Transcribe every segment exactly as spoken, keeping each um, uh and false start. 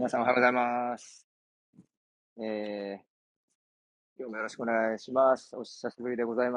皆さんおはようございます。えー、今日もよろしくお願いします。お久しぶりでございます。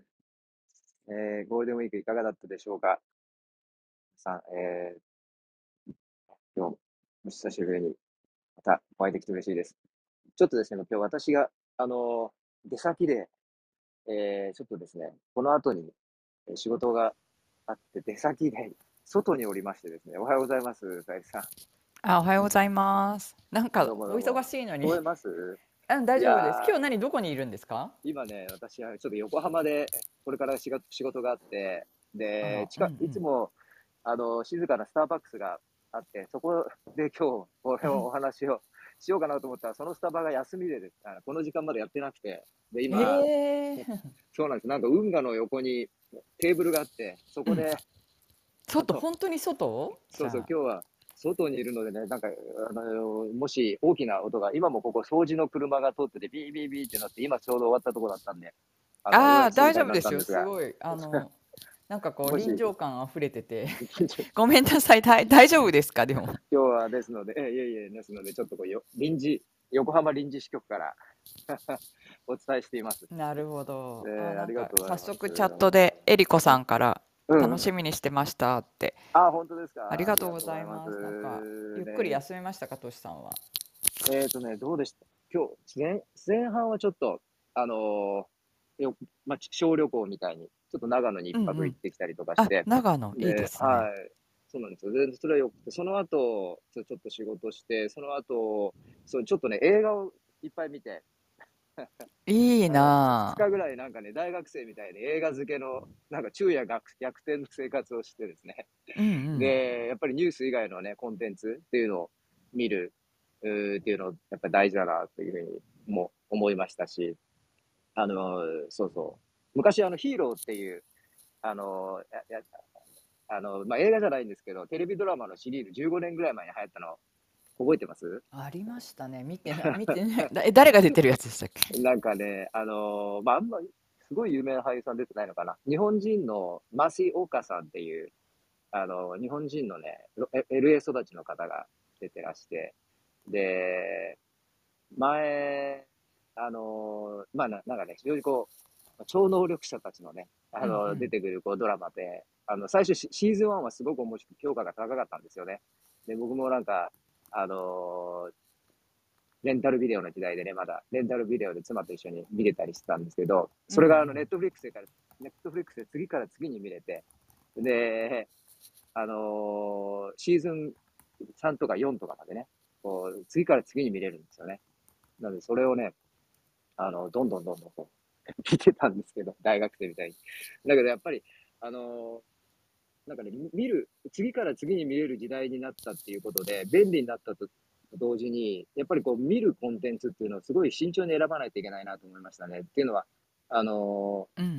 えー、ゴールデンウィークいかがだったでしょうか。さん、えー、今日もお久しぶりにまたお会いできて嬉しいです。ちょっとですね、今日私が、あのー出先で、えー、ちょっとですね、この後にえー仕事があって、出先で外におりましてですね、おはようございます、大地さん。 あ、おはようございます。なんかどうもお忙どうも。 しいのに。 聞こえます？ うん、大いや丈夫です。今ー、 日何どこにいるんですか？ 今ね、私はちょっと横浜でこれからしが仕事があって、で、 あら、うん近うんいつも、あの、静かなスターバックスがあって、そこで今日これをお話をしようかなと思ったら、そのスタバが休みでですあの、この時間までやってなくて、で、今、 ええー。 そうなんです。なんか運河の横にテーブルがあって、そうん。 こで、あ外、 の、 本当に外じそうそう、 ゃあ。 今日は外にいるのでね、なんか、あの、もし大きな音が、今もここ掃除の車が通ってて、ビービービーってなって、今ちょうど終わったところだったんで、あの、予ああ、 約することになっ大丈夫ですよ。 たんですが、 すごい。あの、なんかこうもし、 臨場感あふれてて。 近所ごめんなさい。大大丈夫ですかでも。 今日はですので、ええ、いえいえ、ですので、ちょっとこう、よ臨時横浜臨時支局からお伝えしています。 なるほど。あ、 ええ、あなんかりがとうございます。 早速チャットでエリコさんからうんうん。 楽しみにしてましたって。 あ、本当ですか？ ありありががとうごとうございます。 ざいます。なんかゆっくりね、 休めましたか、トシさんは？ えっとね、どうでした？今日、前前半はちょっと、あの、よまあ、小旅行みたいに、ちょっと長野に一うんうん。 泊行ってきたりとかしあ、 て、 長野いいでで、 すね。 はい。そうなんですよ。で、それは良くて、その後、ちょちょっと仕事して、その後、そう、ちょっとね、映画をいっぱい見て、 いいあの、ふつふつなかぐらいなんかね、大学生みたいに映画漬けの、なんか昼夜逆逆転の生活をしてですね。 ぁ。うんうん。 で、やっぱりニュース以外のね、コンテンツっていうのを見る、うーっていうの、やっぱ大事だなっていうふうにも思いましたし、あの、そうそう。昔あのヒーローっていう、あの、ややあの、まあ、映画じゃないんですけど、テレビドラマのシリーズじゅうごねんぐらい前に流行ったの覚えてます？ ありましたね。見てない、見てない。だえ、誰が出てるやつでしたっけ？ なんかね、あの、まあ、あんまりすごい有名な俳優さん出てないのかな。日本人のマシオカさんっていう、あの、日本人のね、ロエ エルエー 育ちの方が出てらして、で、前、あの、まあ、ななんかね、非常にこう、超能力者たちのね、あの、出うんうん。 てくるこうドラマで、あの、最初シシーズンワンはすごく面白く評価が高かったんですよね。で、僕もなんか、あの、レンタルビデオの時代でね、まだレンタルビデオで妻と一緒に見れたりしてたんですけど、 うんうそれがあの、ネッん。 トフリックスでからネットフリックスで次から次に見れて、で、あの、シーズンさんとかよんとかまでね、こう、次から次に見れるんですよね。なので、それをね、あの、どんどんどんどんこう、見てたんですけど、大学生みたいに。だけどやっぱり、あの、なんかね、み見る、次から次に見れる時代になったっていうことで、便利になったと同時に、やっぱりこう見るコンテンツっていうのをすごい慎重に選ばないといけないなと思いましたね。っていうのは、あの、 うんうん。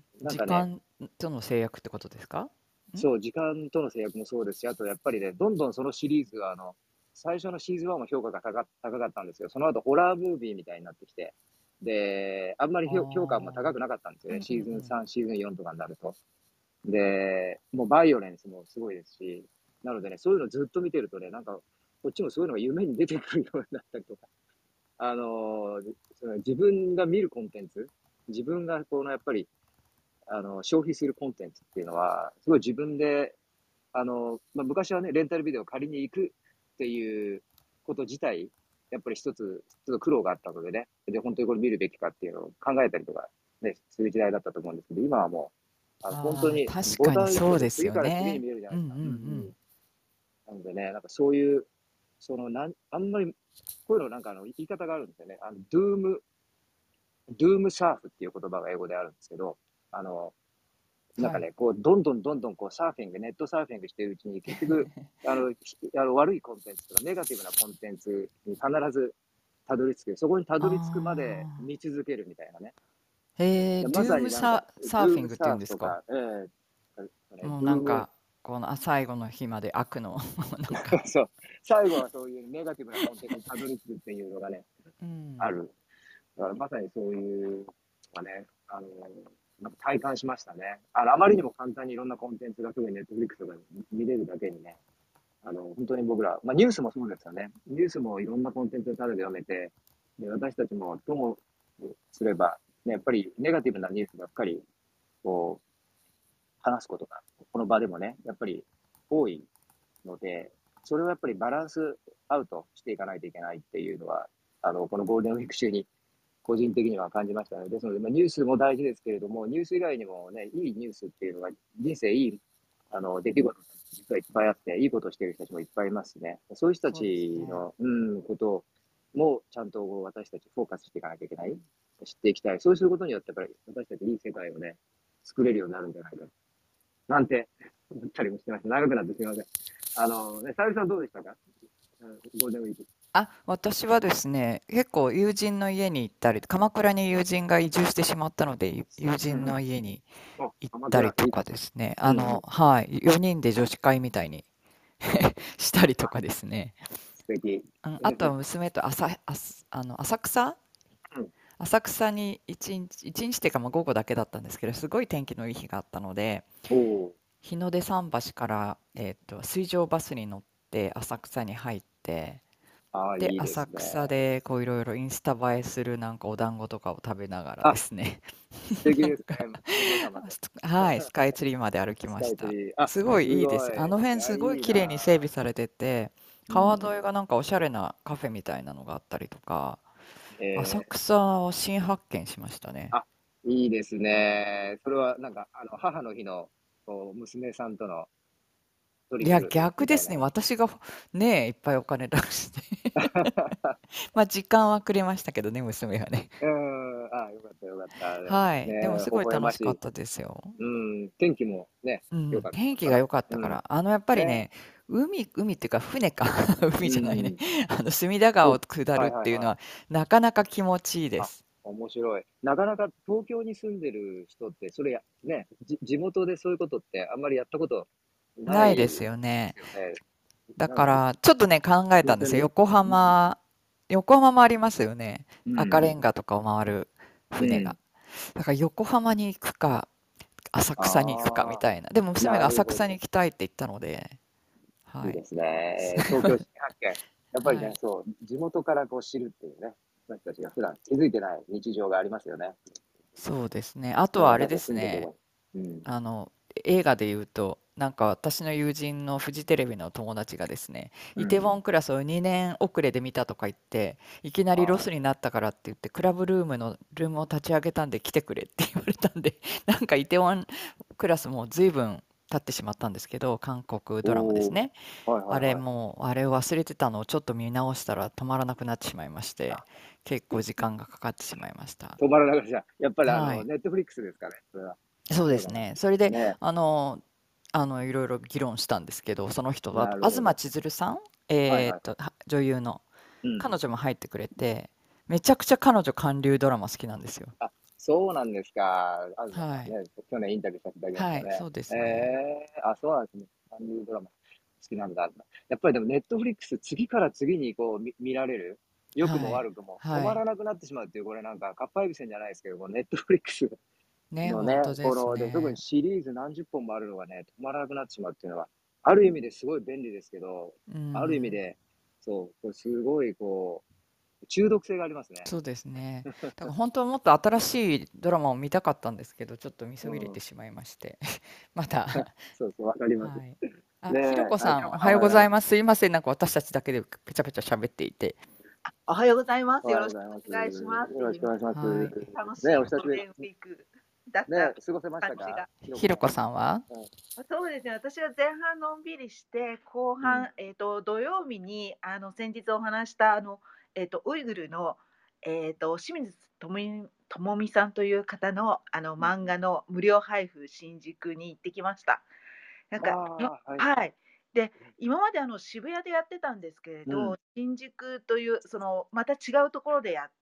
なんかね、 時間との制約ってことですか？んそう、時間との制約もそうですし、あとやっぱりね、どんどんそのシリーズが、あの、最初のシーズンワンも評価が高か高かったんですよ。その後ホラームービーみたいになってきて、で、あんまりあ評評価もあ。 高くなかったんですよね。 うんうシーズンんさん、シーズンよんとかになると。で、もうバイオレンスもすごいですし、なのでね、そういうのずっと見てるとね、なんか、こっちもそういうのが夢に出てくるようになったりとか、あの、その自分が見るコンテンツ、自分がこのやっぱり、あの、消費するコンテンツっていうのは、すごい自分で、あの、まあ、昔はね、レンタルビデオを借りに行くっていうこと自体、やっぱり一つ、ちょっと苦労があったのでね、で、本当にこれ見るべきかっていうのを考えたりとか、ね、する時代だったと思うんですけど、今はもう、あの、本当ああ、 に確かにボタン一そうですつで次から次によね。 見えるじゃないですか。 うんうんううん。 ん。 なのでね、なんかそういう、その、なんあんまり、こういうのなんかあの、言い方があるんですよね。あの、ドゥームドゥームサーフっていう言葉が英語であるんですけど、あの、なんはい。 かね、こう、どんどんどんどんこうサーフィング、ネットサーフィングしているうちに、結局、あの、ひあの悪いコンテンツとか、ネガティブなコンテンツに必ずたどり着く。そこにたどり着くまでああ。 見続けるみたいなね。 へえ、 でまドゥームさになんか、 ササードゥームフィングって言サーフとか、 うんですか？ ええね、 もうドゥーム、 なんか、このあ最後の日まで悪のなんか、 そう、最後はそういうネガティブなコンテンツにたどり着くっていうのがね、 うん。 ある。だからまさにそういうのがね、あの、なんか体感しましたね。あの、あまりにも簡単にいろんなコンテンツが特にネットフリックスとかで見れるだけにね。 あの、本当に僕ら、まあ、ニュースもそうですよね。ニュースもいろんなコンテンツをただで読めて、で、私たちもともすれば、ね、やっぱりネガティブなニュースばっかり、こう、話すことが、この場でもね、やっぱり多いので、それをやっぱりバランスアウトしていかないといけないっていうのは、あの、このゴールデンウィーク中に個人的には感じましたので、ですので、まあ、ニュースも大事ですけれども、ニュース以外にもね、いいニュースっていうのが、人生いい、あの、出来事が実はいっぱいあって、いいことをしている人たちもいっぱいいますしね。そういう人たそうですね。 ちの、うん、こともちゃんと私たちフォーカスしていかなきゃいけない。知っていきたい。そうすることによって、やっぱり私たちいい世界をね、作れるようになるんじゃないかなんて思ったりもしてました。長くなってすみません。あの、ね、沙織さんどうでしたか？うん、ゴールデンウィーク。 あ、私はですね、結構友人の家に行ったり、鎌倉に友人が移住してしまったので、ゆ友人うん。 の家にお、 行ったり鎌倉、 といいですね。 かですね、あの、 うんうん。 はい、よにんで女子会みたいにしたりとかですね。 素敵。 うん、あとは娘と朝、あす、あの、浅草うん。 浅草に一日、一日っていうかまあ午後だけだったんですけど、すごい天気のいい日があったので、 おお。 日の出桟橋から、えっと、水上バスに乗って浅草に入って、 ああ、いで、 いですね。 浅草でこういろいろインスタ映えするなんかお団子とかを食べながらであ、 すね、 素敵なんか、 ですね。ご苦労様で。 スはい、スカイツリーまで歩きスました。 カイツリー。あ、 すごいすごい。 いいです。あの辺いや、 すごいいい綺麗に整備な。 されてて、 うん。 川沿いがなんかおしゃれなカフェみたいなのがあったりとか、浅えー、 草を新発見しましたね。 あ、いいですね。それはなんか、あの、母の日の、こう、娘さんとのトリいや、 ップみたいな。 逆ですね。私がね、いっぱいお金出してまあ時間はくれましたけどね、娘はね。 うん、あ、よかったよかった。 はい。でもね、微すごい楽笑ましい。 しかったですよ。 うん、天気もね、 うん、 良かったのかな。 天気が良かったうん。 から、あのやっぱりね。 ね、海、海っていうか船か海じゃないね。 うん。 あの隅田川お、 を下るっはいはいはい。 ていうのはなかなか気持ちいいであ、 す。 面白い。なかなか東京に住んでる人って、それやね、じ地元でそういうことってあんまりやったことないでないですよね。 すよね。 だなんか、 からちょっとね考えたんですよ。 新鮮で横うん。 浜、横浜もありますよね。 うん赤レンうん。 ガとかを回るうん。 船が。だから横浜に行くか、浅草に行くかみああ、 たいな。でも娘がなる浅草にほど。 行きたいって言ったので、はい。 いいですね。東京新発見。やっぱりね、 はい。 そう、地元からこう知るっていうね、私たちが普段気づいてない日常がありますよね。 そうですね。あとね、 はあれで私たちすね。 住んでるとこに。うん。 あの、映画で言うと、なんか私の友人のフジテレビの友達がですね、イテウうん。 ォンクラスをにねん遅れで見たとか言って、いきなりロはい。 スになったからって言って、クラブルームのルームを立ち上げたんで来てくれって言われたんで、なんかイテウォンクラスも随分経ってしまったんですけど、韓国ドラマですおお、 ね。 はいあれはいはい。 もう、あれを忘れてたのをちょっと見直したら止まらなくなってしまいまして、結構時間がかかってしまいました。 止まらなかった。やっぱりあの、 はい。 ネットフリックスですかね、それは。 そうで違うかな。 すね。それで、 ね、 あの、あの、いろいろ議論したんですけど、その人と、あと、 なるほど。 東千鶴さん、 はいはいはい。 えーっと、は女優の、 うん。 彼女も入ってくれて、めちゃくちゃ彼女韓流ドラマ好きなんですよ。 あ、そうなんですか。東さはい。 んね、去年インタビューさせていただきましはい、 たね。 そうですえね。 え、あ、そうなんですね。韓流ドラマ好きなんだ。やっぱりでもネットフリックス、次から次にこう、み見られる、良くもはい。 悪くも、止はい。 まらなくなってしまうっていう、これなんか、かっぱえびせんじゃないですけども、ネットフリックスね、 のね、 本当ですこの、で、特にね。 シリーズ何十本もあるのがね、止まらなくなってしまうっていうのは、ある意味ですごい便利ですけど、 うある意味ん。 で、そう、これすごいこう、中毒性がありますね。 そうですね。だから本当はもっと新しいドラマを見たかったんですけど、ちょっと見そびれてうん。 しまいまして。またそうそう、わかります。 はい。あ、 ねえ、あ、 ひろこさん、 ひろこさんおはようおはようございます。 ございます。すいません。なんか私たちだけでペチャペチャ喋っていて。 おはようございます。 おはよろしくようございます。 お願いします。 よろしくお願いします。 はい。 楽しねえ、 いゴールデンウお久しぶり。 ィークだったねえ、過ごせましたか？ 感じが。 ひろこさひろこさんはん。うん。 そうですね。私は前半のんびりして、後うん。 半、えっと、土曜日に、あの、先日お話した、あの、えっと、ウイグルの、えっと、清水智美智美さんという方の、あの、 うん。 漫画の無料配布、新宿に行ってきました。なんあか、 あ、はい。 はい。で、今まであの渋谷でやってたんですけれうん。 ど、新宿というそのまた違うところでやって、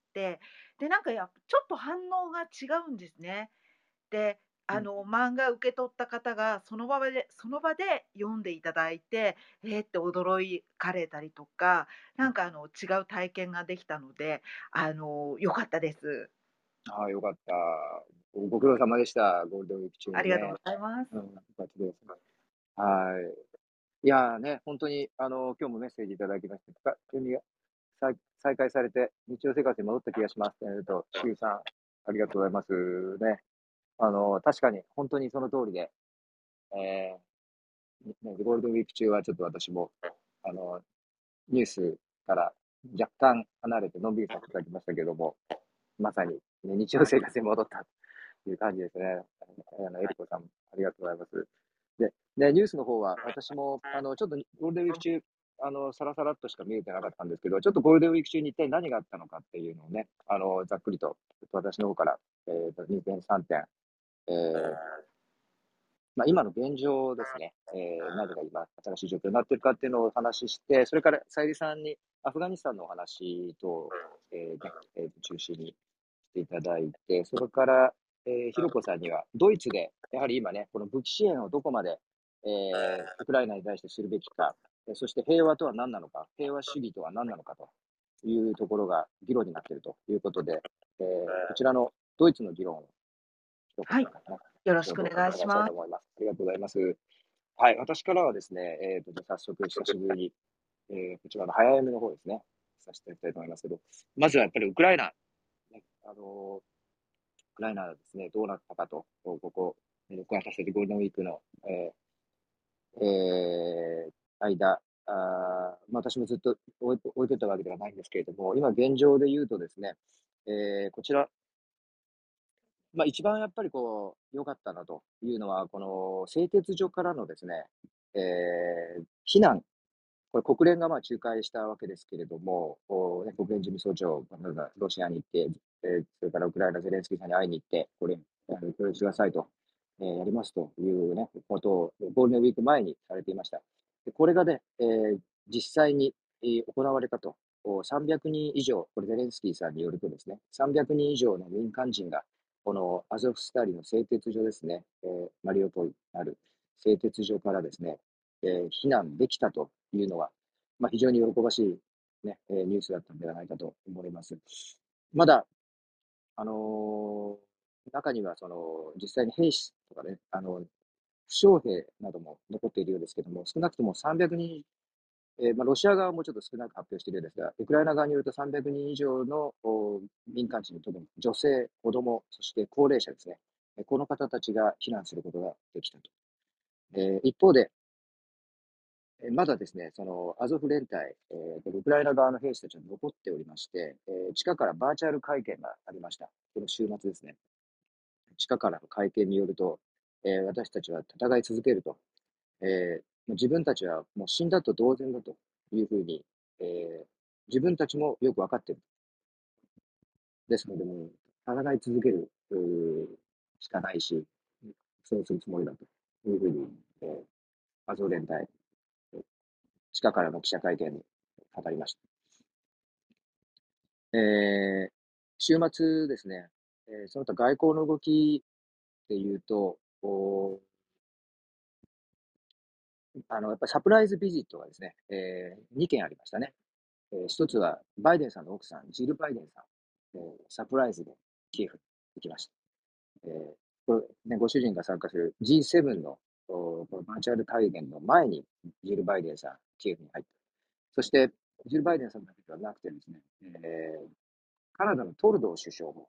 で、なんかやっぱちょっと反応が違うんですね。で、 うん。 あの漫画受け取った方がその場でその場で読んでいただいて、えーって驚かれたりとか、なんかあの違う体験ができたので、あの良かったです。 ああ、よかった。ご苦労様でした。ゴールデンウィーク中ありがとうごにね。 ざいます。 うん、よかったです。はい。 いやーね、本当に、あの、今日もメッセージいただきまして、か準備が再再開されて、日常生活に戻った気がしますって言うと、シュウさん、ありがとうございますね。あの、確かに本当にその通りで、えーね、ゴールデンウィーク中はちょっと私も、あの、ニュースから若干離れてのんびりさせていただきましたけども、まさに、ね、日常生活に戻ったという感じですね。あの、エリコさん、ありがとうございます。で、ね、ニュースの方は、私も、あの、ちょっとゴールデンウィーク中、あの、さらさらっとしか見えてなかったんですけど、ちょっとゴールデンウィーク中に一体何があったのかっていうのをね、あの、ざっくりと、私の方から、えっと、にてんさんてん、えーまあ、今の現状ですね、えー、何が今、新しい状況になっているかっていうのをお話しして、それから、さゆりさんにアフガニスタンのお話と、えーねえー中心にしていただいて、それから、えー、ひろこさんには、ドイツで、やはり今ね、この武器支援をどこまで、えー、ウクライナに対してするべきか、えーそして平和とは何なのか、平和主義とは何なのかというところが議論になっているということで、えー、こちらのドイツの議論を、ひろこはい。 さんからね、 よろし後ほどおくお願い願いしたいします。 と思います。ありがとうございます。はい、私からはですね、えっと、じゃあ早速久しぶりに、えーこちらの早読みの方ですね、させていただきたいと思いますけど、まずはやっぱりウクライナ、ね、あのーウクライナですね、どうなったかと、ここ、えー、私たちゴールデンウィークの、えーえー間、あーまあ、私もずっと置いて置いてたわけではないんですけれども、今現状で言うとですね、えーこちら、まあ、一番やっぱりこう、良かったなというのは、この製鉄所からのですね、えー避難、これ国連がまあ仲介したわけですけれども、こうね、国連事務総長がロシアに行って、えーそれからウクライナゼレンスキーさんに会いに行って、これ、あの協力してくださいと、えーやりますというね、ことをゴールデンウィーク前にされていました。でこれがね、えー実際に、えー行われたと、おさんびゃくにん以上、これゼレンスキーさんによるとですね、さんびゃくにん以上の民間人が、このアゾフスタリの製鉄所ですね、えーマリウポリにある製鉄所からですね、えー避難できたというのは、まあ、非常に喜ばしい、ね、えーニュースだったんではないかと思います。まだ、あのー中にはその実際に兵士とかね、あの負傷兵なども残っているようですけども、少なくともさんびゃくにん、えーまあ、ロシア側もちょっと少なく発表しているようですが、ウクライナ側によるとさんびゃくにん以上のお民間人、特に女性、子供、そして高齢者ですね、えこの方たちが避難することができたと。えー一方で、え、まだですね、そのアゾフ連隊、ええと、ウクライナ側の兵士たちは残っておりまして、えー地下からバーチャル会見がありました。この週末ですね。地下からの会見によると、えー私たちは戦い続けると。えーもう自分たちはもう死んだと同然だというふうに、えー自分たちもよく分かっている。ですので、もう戦い続ける、うーしかないし、そうするつもりだというふうに、えーアゾフ連隊、地下からの記者会見で語りました。えー週末ですね、えーその他外交の動きで言うと、おあの、やっぱりサプライズビジットがですね、えーにけんありましたね。えー一つはバイデンさんの奥さん、ジル・バイデンさん、えーサプライズでキエフに行きました。えーこれね、ご主人が参加する ジーセブン のおこのバーチャル会見の前に、ジル・バイデンさん、キエフに入った。そして、ジル・バイデンさんだけではなくてですね、えーカナダのトルドー首相も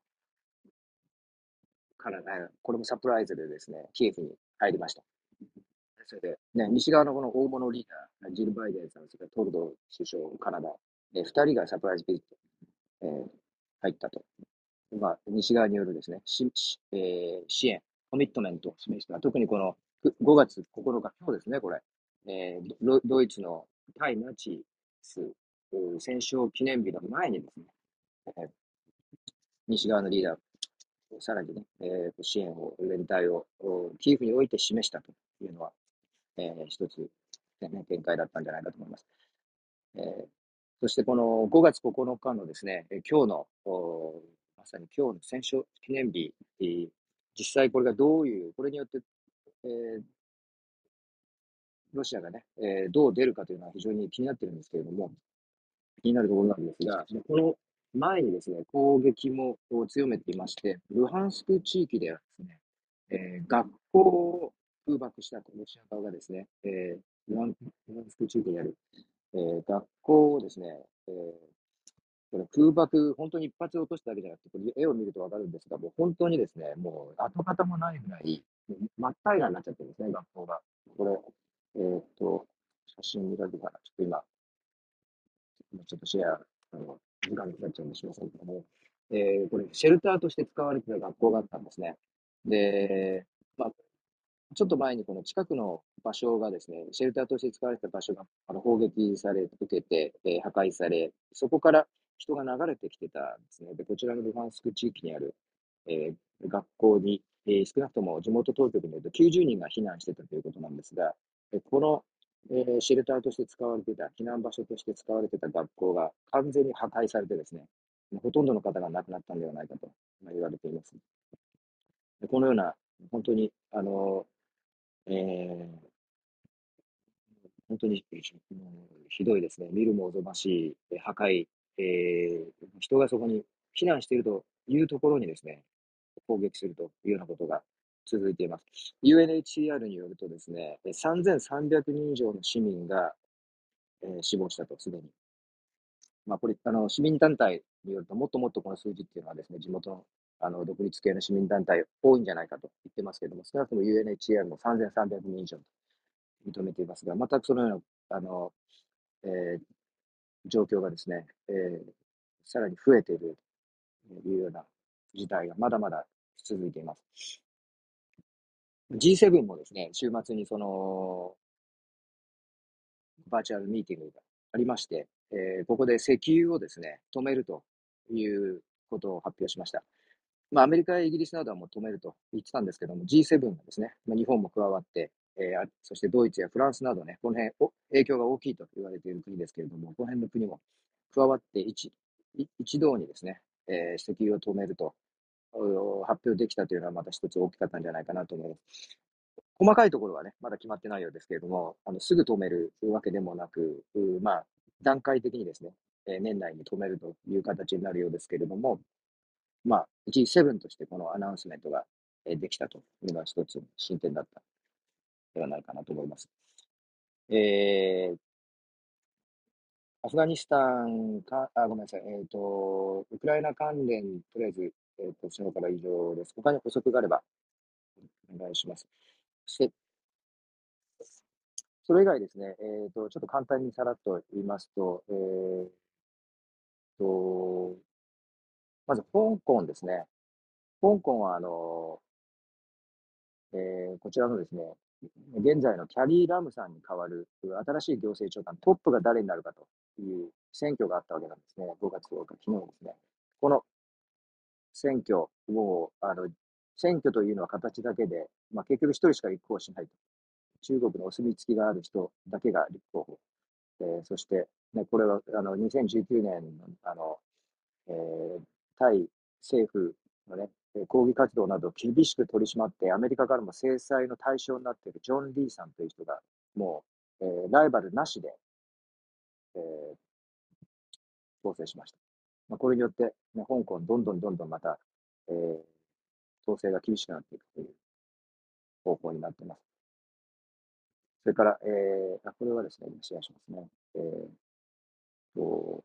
から、ね、これもサプライズでですね、キエフに入りました。それで、ね、西側のこの大物リーダー、ジル・バイデンさん、それからトルドー首相、カナダ、えふたりがサプライズビジット、えー入ったと。まあ、西側によるですね、ししえー支援、コミットメントを示した、特にこのくごがつここのか、今日ですね、これ、えードドイツの対ナチスう戦勝記念日の前にですね、えー西側のリーダー、さらにね、えー、支援を、連帯をキエフにおいて示したというのは、えー、一つ、ね、見解だったんじゃないかと思います。えー、そしてこのごがつここのかのですね、えー今日の、おまさに今日の戦勝記念日、えー実際これがどういう、これによって、えーロシアがね、えーどう出るかというのは非常に気になっているんですけれども、気になるところなんですが、この前にですね、攻撃も強めていまして、ルハンスク地域ではですね、えー学校を空爆したと、ロシア側がですね、えールハンルハンスク地域にある、えー学校をですね、えーこれ空爆、本当に一発落としただけじゃなくて、これ絵を見るとわかるんですが、もう本当にですね、もう跡形もないぐらい、もう真っ平らになっちゃってるんですね、学校が。これ、えーっと、写真見られるかな、ちょっと今、今ちょっとシェア、あの、時間がかかっちゃうんでしませんけども、えーこれ、シェルターとして使われてた学校があったんですね。で、まあ、ちょっと前にこの近くの場所がですね、シェルターとして使われてた場所があの砲撃され、受けて、えー破壊され、そこから人が流れてきてたんですね。で、こちらのルハンスク地域にある、えー学校に、えー少なくとも地元当局によるときゅうじゅうにんが避難してたということなんですが、えこの、えーシェルターとして使われていた、避難場所として使われていた学校が完全に破壊されてですね、ほとんどの方が亡くなったんではないかとまあ言われています。でこのような、本当に、あの、えー本当にひひどいですね。見るもおぞましいえ破壊、えー人がそこに避難しているというところにですね、攻撃するというようなことが続いています。ユーエヌエイチシーアール によるとですね、えさんぜんさんびゃくにん以上の市民が、えー死亡したと、すでに。まあ、これ、あの、市民団体によると、もっともっとこの数字っていうのはですね、地元の、あの、独立系の市民団体多いんじゃないかと言ってますけれども、少なくとも ユーエヌエイチシーアール もさんぜんさんびゃくにん以上と認めていますが、全くそのような、あの、えー状況がですね、えーさらに増えているというような事態がまだまだ続いています。ジーセブン もですね、週末にそのバーチャルミーティングがありまして、えーここで石油をですね、止めるということを発表しました。まあ、アメリカやイギリスなどはもう止めると言ってたんですけども、ジーセブン がですね、まあ、日本も加わって、えーあそしてドイツやフランスなどね、この辺お影響が大きいと言われている国ですけれども、この辺の国も加わって一い一堂にですね、えー石油を止めるとお発表できたというのはまた一つ大きかったんじゃないかなと思います。細かいところはね、まだ決まってないようですけれども、あのすぐ止めるわけでもなく、うまあ、段階的にですね、えー年内に止めるという形になるようですけれども、まあ、ジーセブン としてこのアナウンスメントがえーできたというのは一つの進展だったではないかなと思います。えー、アフガニスタンか、あ、ごめんなさい、えっと、ウクライナ関連、とりあえず、えっと、そのから以上です。他に補足があればお願いします。そして、それ以外ですね、えっと、ちょっと簡単にさらっと言いますと、えーっと、まず香港ですね。香港は、あの、えーこちらのですね、現在のキャリー・ラムさんに代わる新しい行政長官、トップが誰になるかという選挙があったわけなんですね。ごがつとおか、昨日ですね。この選挙を、あの、選挙というのは形だけで、まあ、結局一人しか立候補しないと。中国のお墨付きがある人だけが立候補。えーそして、ね、これはあのにせんじゅうきゅうねんのあの、えー対政府のね、抗議活動などを厳しく取り締まって、アメリカからも制裁の対象になっているジョン・リーさんという人が、もう、えーライバルなしで、えー当選しました。まあ、これによって、ね、香港、どんどんどんどんまた、えー統制が厳しくなっていくという方向になっています。それから、えー、あこれはですね、シェアしますね。えーと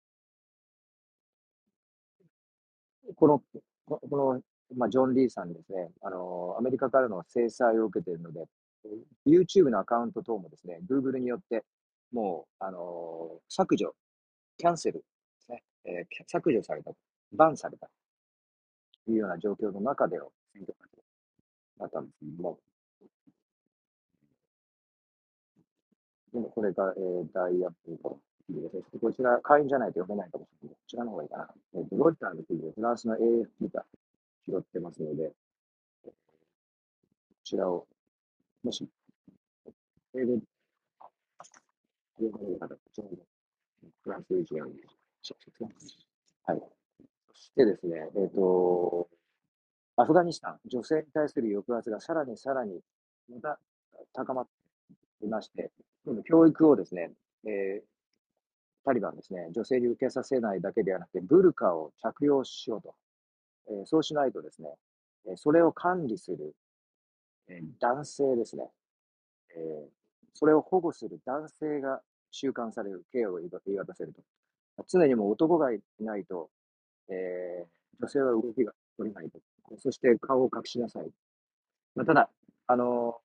この、ここの、まあ、ジョン・リーさんですね、あの、アメリカからの制裁を受けているので、YouTube のアカウント等もですね、Google によって、もう、あの、削除、キャンセルですね、えー削除された、バンされたというような状況の中での選挙活動だったんですけども、でもこれが、えー、ダイヤップの記事ですね。こちら、会員じゃないと読めないかもしれない。こちらの方がいいかな。えーと、ロイターの記事でフランスの エーエフピー が拾ってますので、こちらを、もし、英語で読まれる方、こちらのフランス一覧に、はい。そしてですね、えっ、と、アフガニスタン、女性に対する抑圧がさらにさらにまた高まっていまして、今度教育をですね、えータリバンですね、女性に受けさせないだけではなくて、ブルカを着用しようと。えーそうしないとですね、えーそれを管理する、えー男性ですね、えーそれを保護する男性が収監される、刑を言い言い渡せると。常にもう男がいないと、えー女性は動きが取れないと。そして顔を隠しなさい。まあ、ただ、あの、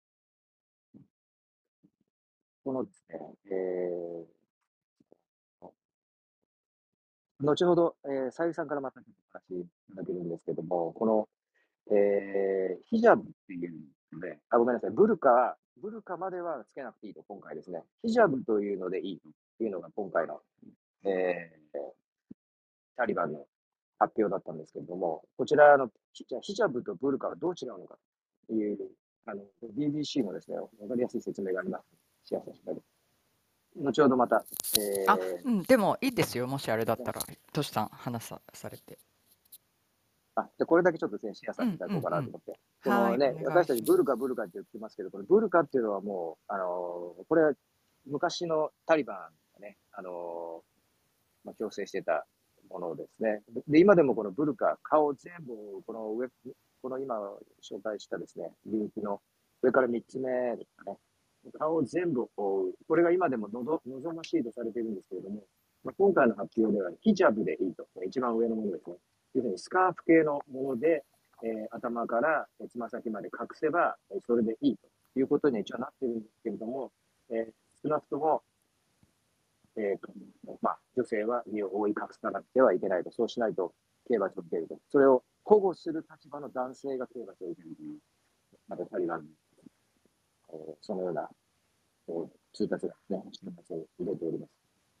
このですね、えー後ほど、えー、さゆりさんからまたちょっとお話いただけるんですけども、この、えーヒジャブっていうので、あ、ごめんなさい、ブルカは、ブルカまではつけなくていいと、今回ですね。ヒジャブというのでいいというのが今回の、えータリバンの発表だったんですけれども、こちらのヒじゃあヒジャブとブルカはどう違うのかという、あの、ビービーシー のですね、わかりやすい説明があります。シェアさせていただきます後ほどまた、 あ、 えうん、でもいいですよ。もしあれだっーたら、トシさん話さ、されて。 あ、じゃ、これだけちょっとですね、シェアさせていうんただこうかうんうん。 なと思って。こはい、おのね、 願い私たちブルします。 カブルカって言ってますけど、このブルカっていうのはもう、あの、これは昔のタリバンがね、あの、まあ、強制してたものですね。で、今でもこのブルカ、顔全部、この上、この今紹介したですね、リンクの上からみっつめですかね。顔を全部覆う。これが今でものど望ましいとされているんですけれども、まあ、今回の発表ではヒジャブでいいと。一番上のものですね。要するにスカーフ系のもので、えー頭からつま先まで隠せば、えーそれでいいということに一応なっているんですけれども、えー少なくとも、えーまあ、女性は身を覆い隠さなくてはいけないと。そうしないと刑罰を受けると。それを保護する立場の男性が刑罰を受けるという、またタリバン、えーそのような、えー通達がですね、通達を入れております。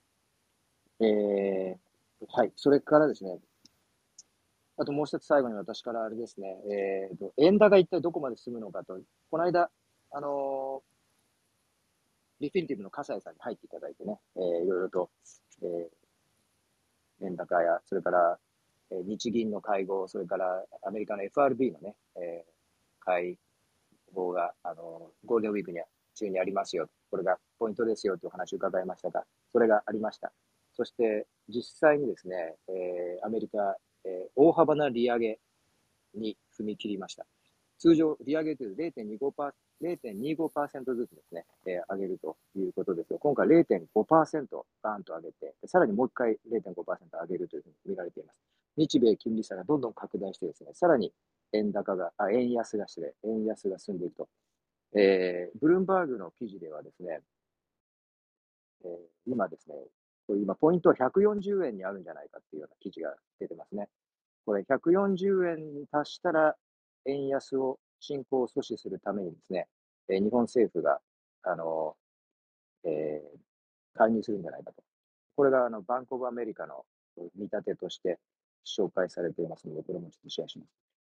えーはい。それからですね、あともう一つ最後に私からあれですね、えーと、円高が一体どこまで進むのかと、この間、あのー、リフィニティブの笠井さんに入っていただいてね、えーいろいろと、えー円高や、それから、えー日銀の会合、それからアメリカの エフアールビー のね、えー会合が、あのーゴールデンウィークに中にありますよ、これがポイントですよというお話を伺いましたが、それがありました。そして、実際にですね、えーアメリカ、えー大幅な利上げに踏み切りました。通常、利上げという れいてんにごパーセント ずつですね、えー、上げるということですが、今回 れいてんごパーセント バーンと上げて、さらにもう一回 れいてんごパーセント 上げるというふうに見られています。日米金利差がどんどん拡大してですね、さらに円高が、あ、円安がして、円安が進んでいくと。えー、ブルームバーグの記事ではですね、えー今ですね、今ポイントはひゃくよんじゅうえんにあるんじゃないかっていうような記事が出てますね。これひゃくよんじゅうえんに達したら、円安を進行を阻止するためにですね、えー日本政府が、あの、えー介入するんじゃないかと。これがあのバンコブアメリカの見立てとして紹介されていますので、これもちょっとシェアします。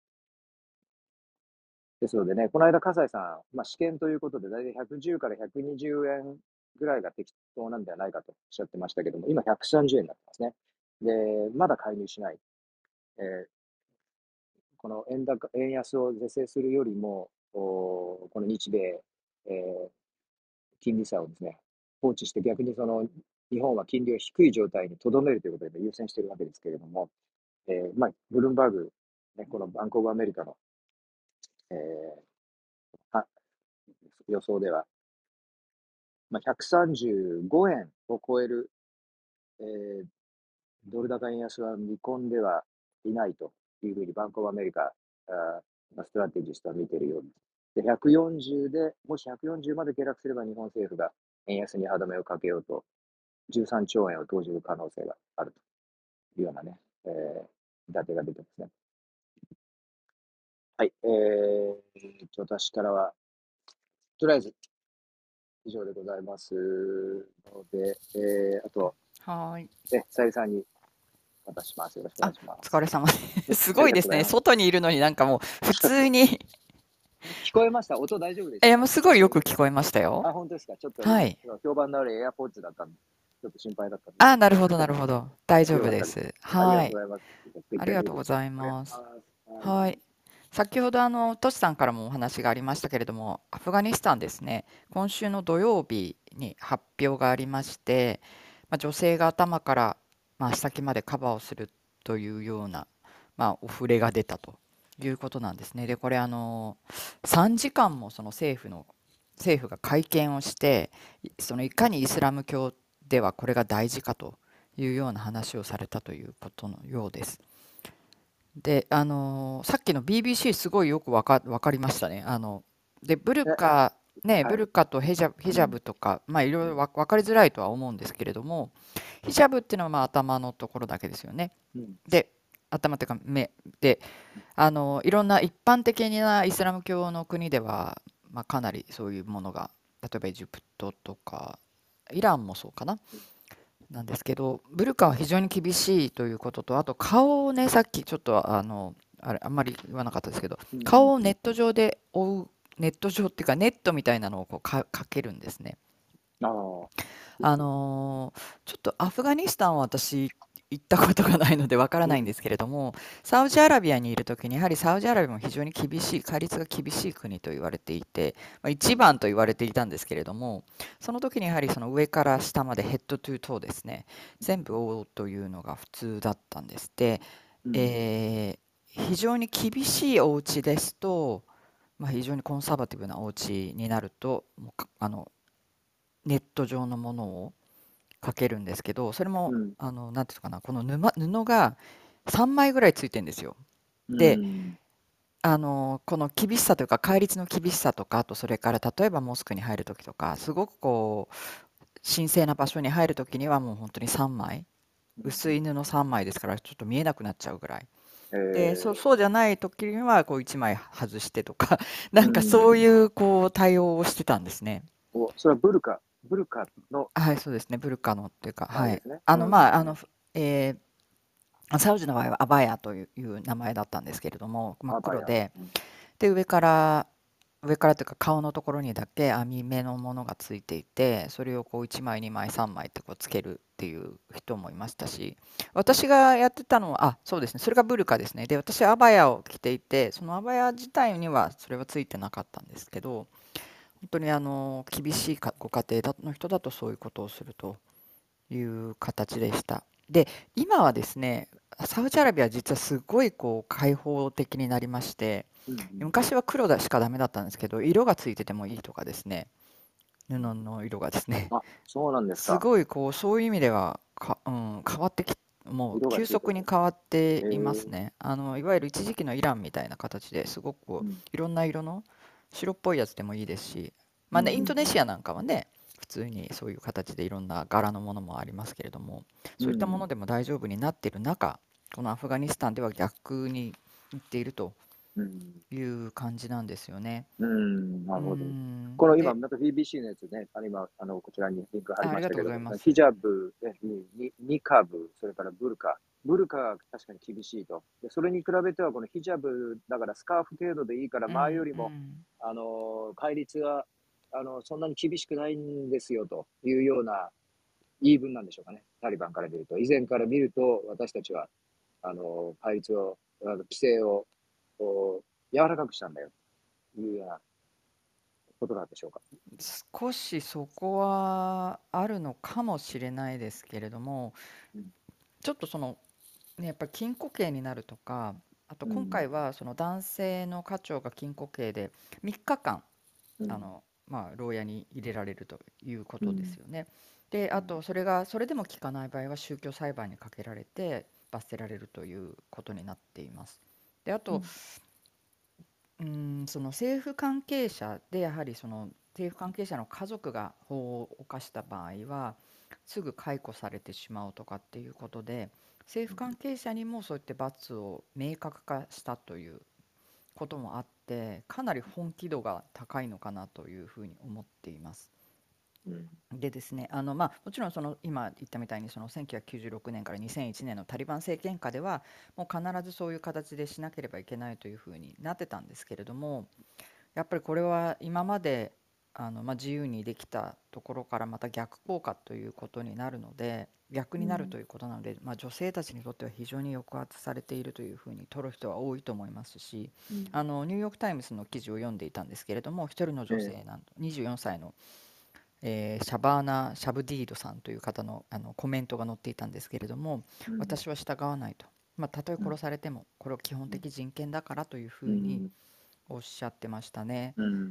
ですのでね、この間、笠井さん、まあ、試験ということで、大体ひゃくじゅうからひゃくにじゅうえんぐらいが適当なんではないかとおっしゃってましたけども、今ひゃくさんじゅうえんになってますね。で、まだ介入しない。えーこの円高、円安を是正するよりも、おこの日米、えー金利差をですね、放置して逆にその日本は金利を低い状態にとどめるということで優先しているわけですけれども、えーまあ、ブルームバーグ、ね、このバンコブアメリカの、えーは予想では、まあ、ひゃくさんじゅうごえんを超える、えードル高円安は見込んではいないというふうにバンコブアメリカ、あストラテジストは見ているようです。で、ひゃくよんじゅうで、もしひゃくよんじゅうまで下落すれば日本政府が円安に歯止めをかけようと、じゅうさんちょうえんを投じる可能性があるというようなね、えー、見立てが出てますね。はい、えー、私からは、とりあえず以上でございますので、えー、あと、 はい。 ね、さゆりさんに渡します。よろしくお願あ、 いしまお疲す。 れ様です。すありごいですね。 がとうございます。 外にいるのになんかもう普通に聞こえました音大丈夫でしえ、 たかもうすごい大丈夫ですよく聞こえましたよ。 あ、本当ですかちょっと今、 はい。 評判のあるエアポッ d だったんで、ちょっと心配だったんであ、 すなるほど、なるほど。大丈よかったです。 夫です。 ありがはい。 とうございます。クイッあクりがとうございエンドリーです。お願いします。 ます。はい。 はい。先ほどあのトシさんからもお話がありましたけれども、アフガニスタンですね、今週の土曜日に発表がありまして、まあ、女性が頭から、まあ、足先までカバーをするというような、まあ、お触れが出たということなんですね。で、これあのさんじかんもその政府の政府が会見をして、いそのいかにイスラム教ではこれが大事かというような話をされたということのようです。で、あのーさっきの ビービーシー すごいよくわか、わかりましたね。あの、で、ブルえ、 カ、ね、 はい。 ブルカとヘジャブ、ヘジャうん。 ブとか、まあいろいろうん。 わ分かりづらいとは思うんですけれども、ヒジャブっていうのはまあ頭のところだけですよね。 うん。 で、頭っていうか目で、あの、いろんな一般的なイスラム教の国では、まあ、かなりそういうものが、例えばエジプトとか、イランもそうかな、なんですけど、ブルカは非常に厳しいということと、あと顔をね、さっきちょっとあの、あれ、あんまり言わなかったですけど、 うん。うん。 顔をネット上で覆う、ネット上っていうか、ネットみたいなのをこうか、かけるんですね。 ああ。 あのーちょっとアフガニスタンは私行ったことがないのでわからうん。 ないんですけれども、サウジアラビアにいるときに、やはりサウジアラビアも非常に厳しい、戒律が厳しい国と言われていて、まあ、一番と言われていたんですけれども、その時にやはりその上から下までヘッドトゥートーですね、全部覆うというのが普通だったんです。で、 うん。 えー非常に厳しいお家ですと、まあ、非常にコンサバティブなお家になると、もうかあのネット上のものをかけるんですけど、それも、 うん。 あの、なんていうのかな、この布、布がさんまいぐらいついてるんですよ。 うで、 ん。 あの、この厳しさというか、戒律の厳しさとか、あとそれから例えばモスクに入るときとか、すごくこう、神聖な場所に入るときにはもう本当にさんまい、薄い布さんまいですから、ちょっと見えなくなっちゃうぐらい。 えで、そう、 え。 そうじゃないときには、こういちまい外してとか、なうんかそうん。 いうこう対応をしてたんですね。 お、それはブルカ、ブルカのはい、そうですね、ブルカノっていうか、はい。 場合ですね。 あの、 うん。 まあ、あの、えーサウジの場合はアバヤといういう名前だったんですけれども、真っアバヤ。 黒で、 うん。 で、上から、上からというか顔のところにだけ網目のものがついていて、それをこういちまい、にまい、さんまいってこうつけるっていう人もいましたし、私がやってたのは、あ、そうですね、それがブルカですね。で、私はアバヤを着ていて、そのアバヤ自体にはそれはついてなかったんですけど、本当にあの厳しいかご家庭だの人だとそういうことをするという形でした。で、今はですね、サウジアラビアは実はすごいこう開放的になりまして、 うん。 昔は黒だしかダメだったんですけど、色がついててもいいとかですね、布うん。 の色がですね、 あ、そうなんですか。 すごいこうそういう意味ではか、うん、変わってき、もう色が急ついてる。 速に変わってえいますえ。 ね。あのいわゆる一時期のイランみたいな形ですごくこううん。 いろんな色の白っぽいやつでもいいですし、 うん。 まあね、インドネうん。 シアなんかはね、普通にそういう形でいろんな柄のものもありますけれども、そういったもうん。 のでも大丈夫になっている中、このアフガニスタンでは逆にいっているとうん。 いう感じなんですよね。 うん。なうーるほど。 ん。 この今、 で、 また ビービーシー のやつね、あの今、あの、こちらにリンク貼りあ、ありがとうましたけども、 ございます。 ヒジャブ、ねににニカブ、それからブルカ。ブルカが確かに厳しいと。で、それに比べては、このヒジャブ、だからスカーフ程度でいいから、 うん前よりも、 うん。 あの、戒律は、あの、そんなに厳しくないんですよ、というような言い分なんでしょうかね。タリバンから見ると。以前から見ると、私たちは、あの、戒律を、あの規制を、こう、柔らかくしたんだよ、というようなことなんでしょうか。 少しそこはあるのかもしれないですけれども、 うん。 ちょっとその、ね、やっぱり禁錮刑になるとか、あと今うん。 回はその男性の課長が禁錮刑でみっかかん、 うん。 あの、まあ、牢屋に入れられるということですうん。 よね。で、あうん。 とそれがそれでも効かない場合は宗教裁判にかけられて罰せられるということになっています。で、あと、 うん。 うーん、その政府関係者でやはりその政府関係者の家族が法を犯した場合はすぐ解雇されてしまうとかっていうことで、政府関係者にもそういって罰を明確化したということもあって、かなり本気度が高いのかなというふうに思っています。 うん。 でですね、あのまあ、もちろんその今言ったみたいにそのせんきゅうひゃくきゅうじゅうろくねんからにせんいちねんのタリバン政権下ではもう必ずそういう形でしなければいけないというふうになってたんですけれども、やっぱりこれは今まであの、まあ、自由にできたところからまた逆効果ということになるので、逆になるということなので、まあ、女性たちにとっては非常に抑圧されているというふうに取る人は多いと思いますし、 うん。 あのニューヨーク・タイムズの記事を読んでいたんですけれども、一人の女ええ。 性なんとにじゅうよんさいの、えーシャバーナ・シャブディードさんという方の、あのコメントが載っていたんですけれども、 うん。 私は従わないと、まあ、たとえうん。 殺されてもこれは基本的人権だからというふうにうん。 おっしゃってましたね。 うん。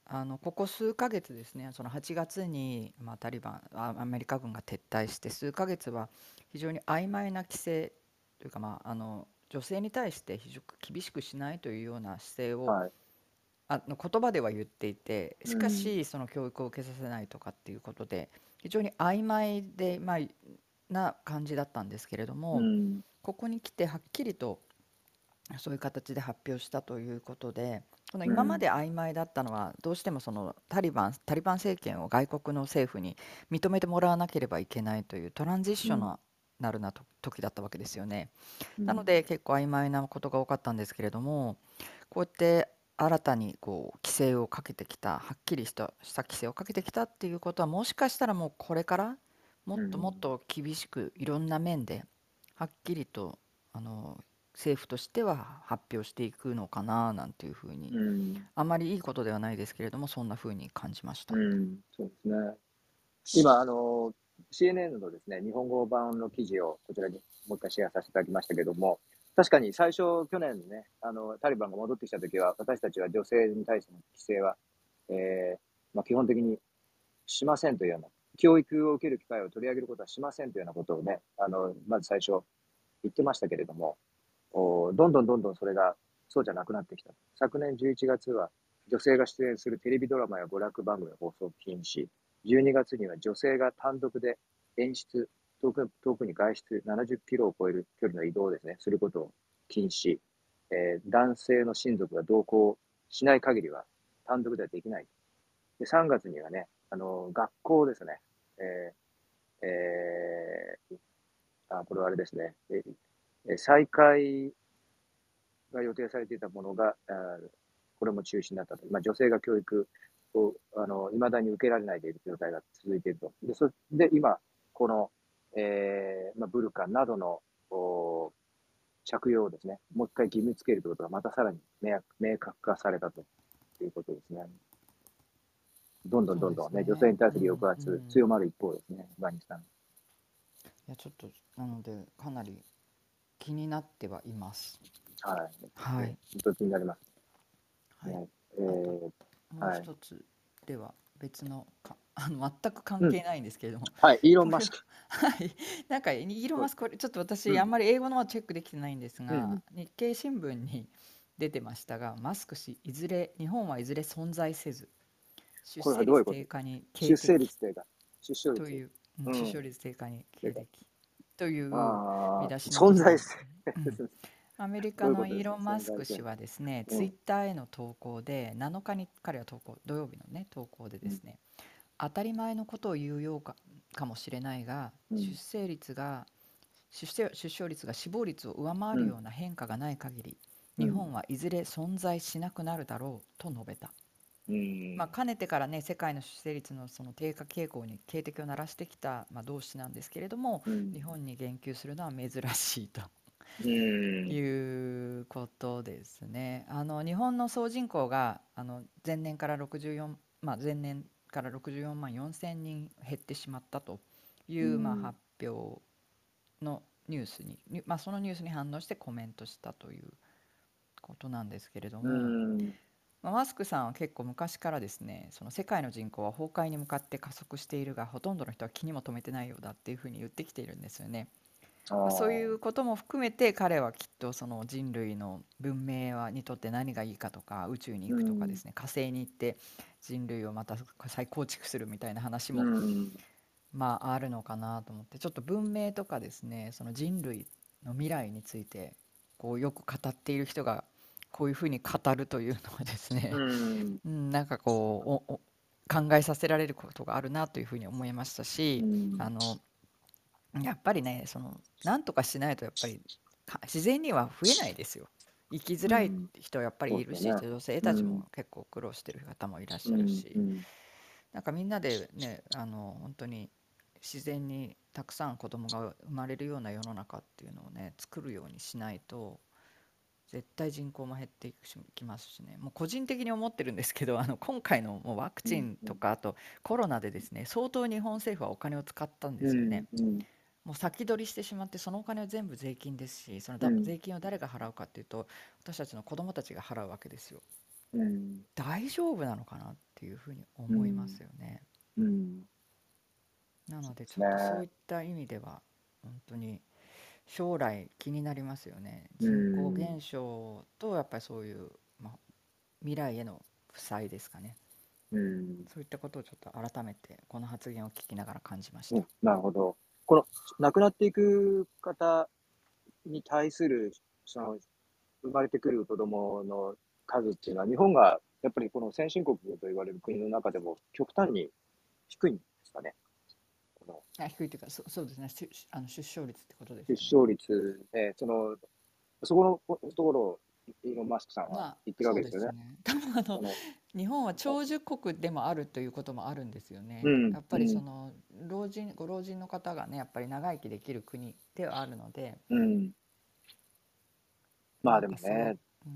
あのここ数ヶ月ですね、そのはちがつに、まあ、タリバン、あアメリカ軍が撤退して数ヶ月は非常に曖昧な規制というか、まあ、あの女性に対して非常に厳しくしないというような姿勢をはい。 あの言葉では言っていて、しかうん。 しその教育を受けさせないとかっていうことで非常に曖昧で、まあ、な感じだったんですけれども、 うん。 ここに来てはっきりとそういう形で発表したということで、このうん。 今まで曖昧だったのはどうしてもそのタリバン、タリバン政権を外国の政府に認めてもらわなければいけないというトランジッショうん。 ナルなと時だったわけですよね。なのうん。 で結構曖昧なことが多かったんですけれども、こうやって新たにこう規制をかけてきた、はっきりしたした規制をかけてきたっていうことは、もしかしたらもうこれからもっうん。 ともっと厳しくいろんな面ではっきりとあの政府としては発表していくのかななんていうふうに、 うん。 あまりいいことではないですけれども、そんなふうに感じました。 うん。そうですね。今、あの、シーエヌエヌ のですね、日本語版の記事をこちらにもう一回シェアさせていただきましたけども、確かに最初、去年ね、あの、タリバンが戻ってきたときは、私たちは女性に対しての規制は、えーまあ、基本的にしませんというような、教育を受ける機会を取り上げることはしませんというようなことをね、あの、まず最初言ってましたけれども、おどんどんどんどんそれがそうじゃなくなってきた。昨年じゅういちがつは女性が出演するテレビドラマや娯楽番組の放送禁止。じゅうにがつには女性が単独で演出、遠く遠くに外出、ななじゅっキロを超える距離の移動をですね、することを禁止。えー男性の親族が同行しない限りは単独ではできない。で、さんがつにはね、あの、学校ですね、えーえーあ、これはあれですね、えー再開が予定されていたものが、あこれも中止になったと。まあ、女性が教育を、あの、未だに受けられないでいる状態が続いていると。で、そで今、この、えーまあ、ブルカなどのお着用をですね、もう一回義務付けるということがまたさらに明明確化されたということですね。どんどんそうでどんどんね、女性すね。 に対するうん抑圧、 うん。 強まる一方ですね、アフガニスタン。 いや、ちょっとなのでかなり気になってはいます。 はい。 はい。 本当に気になりますはい。 ね。えあとー、 もうはい。 一つでは別のかあの全く関うん。 係ないんですけれども、 はい。イーロン・これはマスク。 はい、なんかイーロン・そう。 マスク、これちょっとうん。 私あんまり英語のはチェックできてないんですうん。 が、日経新聞に出てましたが、マスク氏いずれ日本はいずれ存在せず、出これは生率どういうこと？ 低下に警出生笛率低下。出生率。 という、うん、 うん。 出生率低下に低下。 警笛という見ああ、 出しの存記事なんで在すすね。うん、 る。 アメリどういうカのことですか？ イーロン・マ存在する。 スク氏はですね、 うん。 ツイッターへの投稿で、なのかに彼は投稿、土曜日のね、投稿でうん。 ですね、当たり前のことを言うようか、かもしれないが、 うん。 出生率が、出生、出生率が死亡率を上回うん。 るような変化がない限り、 うん。 日本はいずれ存在しなくなるだろうと述べた。 うん。 まあ、かねてからね、世界の出生率のその低下傾向に警笛を鳴らしてきた、まあ、同志なんですけれども、 うん。 日本に言及するのは珍しいとうん。 いうことですね。あの日本の総人口があの前年からろくじゅうよん、まあ、前年からろくじゅうよんまんよんせんにん減ってしまったという、まあ、 うん。 発表のニュースに、にまあ、そのニュースに反応してコメントしたということなんですけれどうも、 ん。 まあ、マスクさんは結構昔からですね、その世界の人口は崩壊に向かって加速しているが、ほとんどの人は気にも留めてないようだっていうふうに言ってきているんですよね。 あまあ、そういあ。 うことも含めて彼はきっとその人類の文明はにとって何がいいかとか、宇宙にう行くとかでん。 すね、火星に行って人類をまた再構築するみたいな話うもん。 まああるのかなと思って、ちょっと文明とかですね、その人類の未来についてこうよく語っている人がこういうふうに語るというのはですうね、 ん。 うん、なんかこうおお考えさせられることがあるなというふうに思いましたし、 うん。 あのやっぱりね、そのなんとかしないとやっぱりか自然には増えないですよ。生きづらいうん。 人やっぱりいるし、 そうですよね。 女性たちうん。 も結構苦労してる方もいらっしうん。うゃるし、 ん。 なんかみんなでね、あの本当に自然にたくさん子供が生まれるような世の中っていうのをね、作るようにしないと絶対人口も減っていきますしね。もう個人的に思ってるんですけど、あの今回のもうワクうん。 チンとかあとコロナでですね、相当日本政府はお金を使ったんでうん。 すよね。 うん。 もう先取りしてしまって、そのお金は全部税金ですし、そのだうん。 税金を誰が払うかっていうと、私たちの子供たちが払うわけですよ。 うん。 大丈夫なのかなっっていうふうにう思いますん。 よね。 うん。 なのでですね。 ちょっとそういった意味では本当に将来気になりますよね。 う人口ん。 減少とやっぱりそういう、まあ、未来への負債ですかね。 うん。 そういったことをちょっと改めてこの発言を聞きながら感じましうん、 た。 なるほど。この亡くなっていく方に対する、その生まれてくる子供の数っていうのは、日本がやっぱりこの先進国と言われる国の中でも極端に低いんですかね。このあ、低いというか、そ、そうですね。出、あの出生率ってことです出よね。 生率で、その、そこのところをイーロン・マスクさんはまあ、 言ってるわそうけですよね。 ですね。多分あの、 その、 日本は長寿国でもあるということもあるんですよね。 うん、 やっぱりそうん、 の老人、ご老人の方がね、やっぱり長生きできる国ではあるので、 うん。まなあんかそう、 でもね、 うん、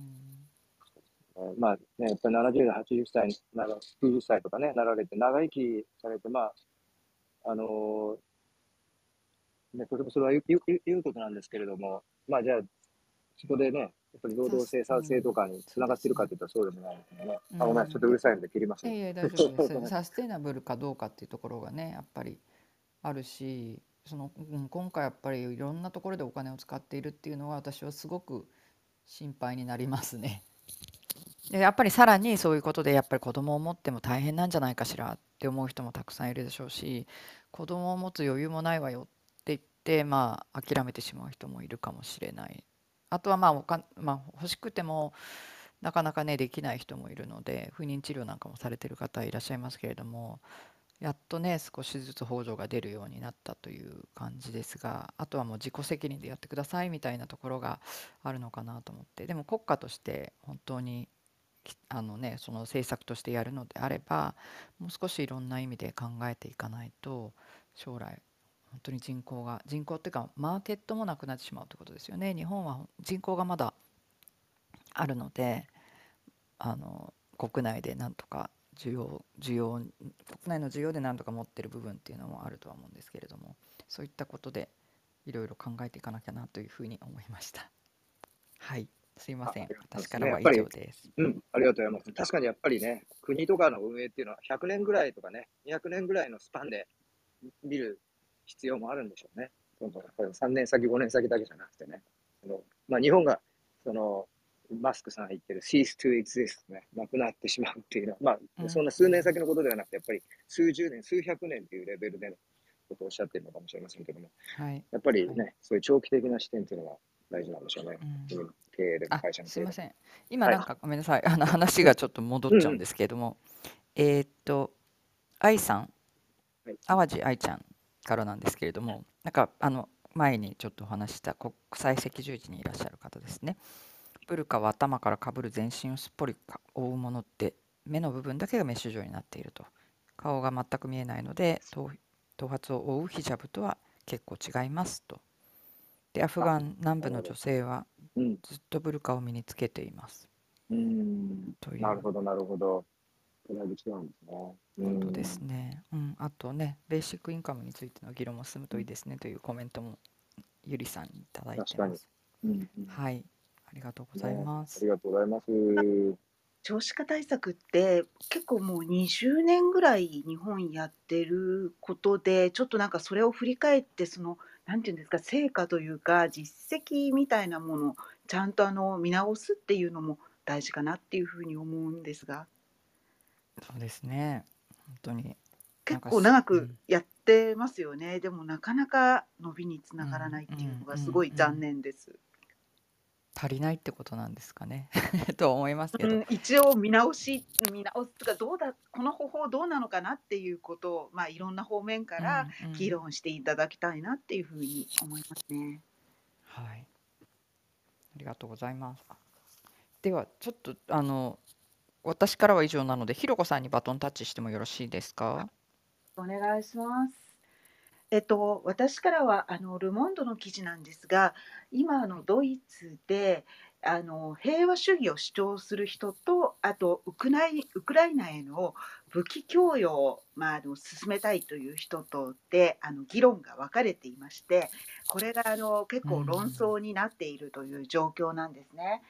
まあね、やっぱりななじゅう代、はちじゅっさい、ななきゅうじゅっさいとかね、なられて、長生きされて、まあ、あのーね、とてもそれは言う言う言うことなんですけれども、まあじゃあ、そこでね、やっぱり労さす、 働生産性うん、 とかにつながってるかそうですね。 というとそうでもないですよね。 うあ、ごめん、ちょっん、いや、 とうるさいので切りますね。 いやいや、大丈夫です。サステイナブルかどうかっていうところがね、やっぱりあるし、その、うん、今回やっぱりいろんなところでお金を使っているっていうのは私はすごく心配になりますね。でやっぱりさらにそういうことでやっぱり子供を持っても大変なんじゃないかしらって思う人もたくさんいるでしょうし、子供を持つ余裕もないわよって言ってまあ諦めてしまう人もいるかもしれない。あとはまあおか、まあ、欲しくてもなかなかねできない人もいるので、不妊治療なんかもされてる方いらっしゃいますけれども、やっとね少しずつ補助が出るようになったという感じですが、あとはもう自己責任でやってくださいみたいなところがあるのかなと思って。でも国家として本当にあのね、その政策としてやるのであれば、もう少しいろんな意味で考えていかないと、将来本当に人口が人口っていうかマーケットもなくなってしまうということですよね。日本は人口がまだあるので、あの国内でなんとか需要需要国内の需要でなんとか持ってる部分っていうのもあるとは思うんですけれども、そういったことでいろいろ考えていかなきゃなというふうに思いました。はい、すいまあ、あせん。 りがとうございますね。 私からは以やっぱり、 上です。 うん、ありがとうございます。確かにやっぱりね、国とかの運営っていうのはひゃくねんぐらいとかね、にひゃくねんぐらいのスパンで見る必要もあるんでしょうね。そのさんねん先、ごねん先だけじゃなくてね。そのまあ、日本がそのマスクさんが言ってる cease to exist ね、なくなってしまうっていうのは、まあ、そんなうんうん。 数年先のことではなくて、やっぱり数十年、数百年というレベルでのことをおっしゃってるのかもしれませんけども、 はい。 やっぱりはい。 ね、そういう長期的な視点っていうのは大事なんでしょうね。 うん。 経営でもあ、 会社の経営でも。 すいません。今はい。 なんかごめんなさい。あの話うん、 がちょっと戻っうん、うん。 ちゃうんですけれども、えーっと、愛さん、 はい。 淡路愛ちゃんからなんですけれども、なんかあの前にちょっとお話しした国際赤十字にいらっしゃる方ですね。ブルカは頭からかぶる全身をすっぽり覆うものって目の部分だけがメッシュ状になっていると。顔が全く見えないので頭頭髪を覆うヒジャブとは結構違いますと。で、アフあ、 ガン南部の女なるほど。 性はうん。 ずっとブルカを身につけていますうーん。 というなるほど、なるほど。それは違うんですね。うーことですん。 ね。うん、あとね、ベーシックインカムについての議論も進むうん、 といいですねというコメントもゆりさんにいただい確かに。 てます。 うん、うん。 はい、ありがとうございね、 ます。 ありがとうございます。う少子化対策って結構もうにじゅうねんぐらい日本やってることで、ちょっとなんかそれを振り返って、その、なんていうんですか、成果というか、実績みたいなものをちゃんとあの見直すっていうのも大事かなっていうふうに思うんですが、 そうですね。本当になん結構かす、 長くうん、 やってますよね。でもなかなか伸びにつうん、 ながらないっていうのうん、うがすごん、 い残うん。 念です。 足りないってことなんですかねと思いますけど。 うん、一応見直し見直すとか、どうだこの方法どうなのかなっていうことを、まあ、いろんな方面からうん、うん。 議論していただきたいなっていうふうに思いますね。 はい、ありがとうございます。ではちょっとあの私からは以上なので、ひろこさんにバトンタッチしてもよろしいですか？ お願いします。えっと、私からはあのル・モンドの記事なんですが、今あのドイツであの平和主義を主張する人と、あとウクライウクライナへの武器供与を、まあ、あの進めたいという人とであの議論が分かれていまして、これがあの結う構論ん、 争になっているという状況なんですね。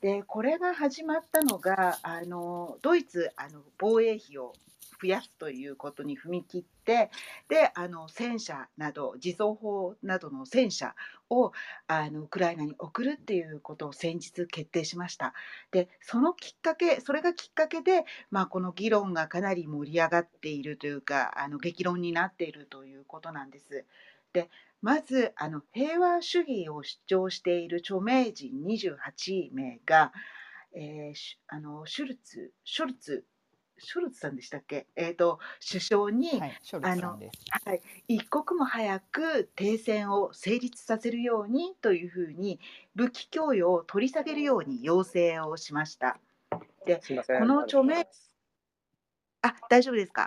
で、これが始まったのが、あのドイツあの防衛費を増やすということに踏み切って、であの戦車など自走砲などの戦車をあのウクライナに送るっていうことを先日決定しました。でそのきっかけそれがきっかけで、まあ、この議論がかなり盛り上がっているというか、あの激論になっているということなんです。でまずあの平和主義を主張している著名人にじゅうはちめいが、えーシュあのシュルツショルツショルツさんでしたっけ、えーと首相にはい、ショルあの、 ツさんです。 はい、一刻も早く停戦を成立させるようにというふうに武器供与を取り下げるように要請をしました。ですいません。 このありがとう著名ございます。 あ大丈夫ですか？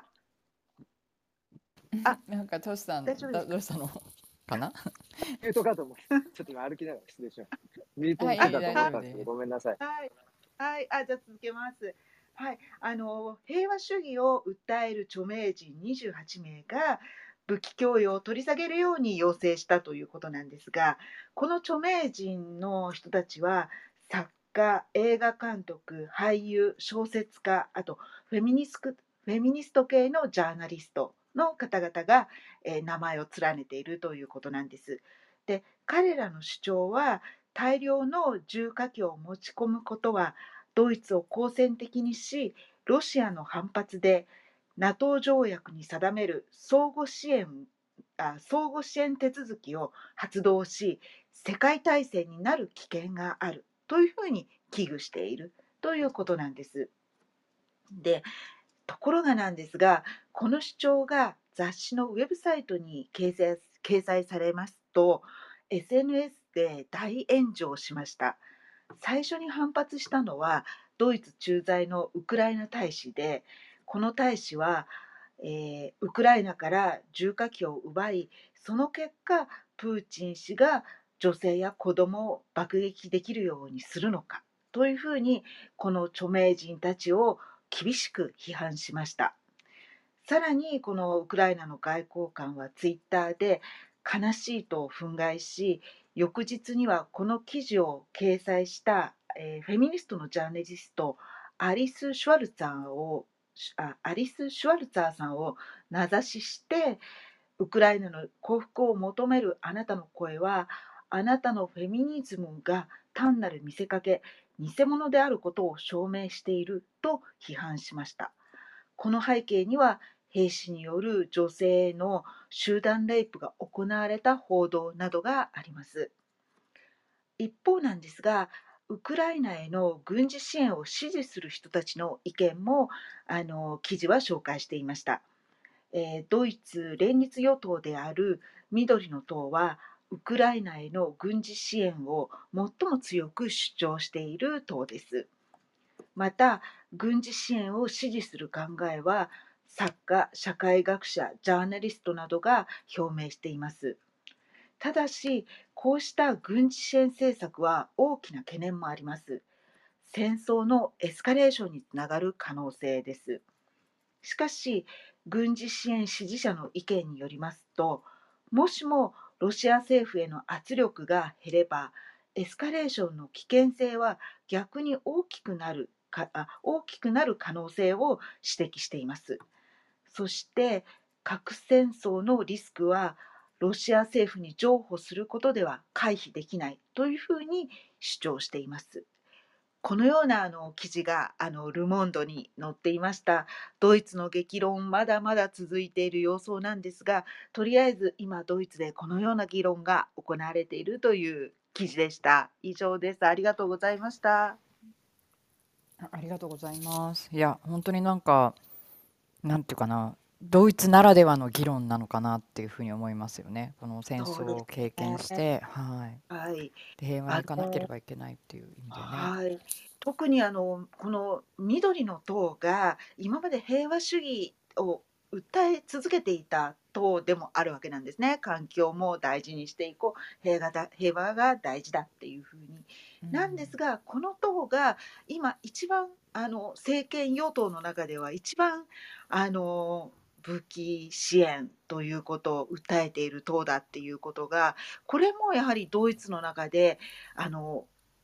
あなんかトシさんだ大丈夫ですか？ どうしたのかな？ ミュートかと思って、ちょっと今歩きながら失礼しました。ミュートはい、 にしてたと大あ、 思ったんですけど、 丈夫です。 ごめんなさい。 はい、はい、あ、じゃあ続けます。はい、あの平和主義を訴える著名人にじゅうはちめいが武器供与を取り下げるように要請したということなんですが、この著名人の人たちは作家、映画監督、俳優、小説家、あとフェミニスクフェミニスト系のジャーナリストの方々が、えー名前を連ねているということなんです。で、彼らの主張は大量の重火器を持ち込むことはドイツを好戦的にし、ロシアの反発で ナトー 条約に定める相互支援あ相互支援手続きを発動し、世界大戦になる危険があるというふうに危惧しているということなんです。で、ところがなんですが、この主張が雑誌のウェブサイトに掲載掲載されますと、エスエヌエス で大炎上しました。最初に反発したのはドイツ駐在のウクライナ大使で、この大使は、えーウクライナから重火器を奪い、その結果プーチン氏が女性や子供を爆撃できるようにするのかというふうに、この著名人たちを厳しく批判しました。さらにこのウクライナの外交官はツイッターで悲しいと憤慨し、翌日にはこの記事を掲載した、えーフェミニストのジャーナリストアリス・シュワルツァーをあアリス・シュワルツァーさんを名指しして、ウクライナの降伏を求めるあなたの声は、あなたのフェミニズムが単なる見せかけ、偽物であることを証明していると批判しました。この背景には、兵士による女性への集団レイプが行われた報道などがあります。一方なんですが、ウクライナへの軍事支援を支持する人たちの意見もあの記事は紹介していました。えードイツ連立与党である緑の党は、ウクライナへの軍事支援を最も強く主張している党です。また、軍事支援を支持する考えは、作家、社会学者、ジャーナリストなどが表明しています。ただし、こうした軍事支援政策は大きな懸念もあります。戦争のエスカレーションにつながる可能性です。しかし、軍事支援支持者の意見によりますと、もしもロシア政府への圧力が減れば、エスカレーションの危険性は逆に大きくなるかあ大きくなる可能性を指摘しています。そして、核戦争のリスクはロシア政府に譲歩することでは回避できないというふうに主張しています。このようなあの記事があのル・モンドに載っていました。ドイツの激論、まだまだ続いている様相なんですが、とりあえず今、ドイツでこのような議論が行われているという記事でした。以上です。ありがとうございました。 あありがとうございます。いや、本当になんか、なんていうかな、ドイツならではの議論なのかなっていうふうに思いますよね。この戦争そうですを経験しね。 て、はい。 はい。 で、平和にあ行かなけれの、 ばいけないっていう意味でね。 はい。特にあの、この緑の党が今まで平和主義を訴え続けていた党でもあるわけなんですね。環境も大事にしていこう。平和だ、平和が大事だっていうふうに。 うん、 なんですが、この党が今一番あの政権与党の中では一番あの武器支援ということを訴えている党だっていうことが、これもやはりドイツの中であの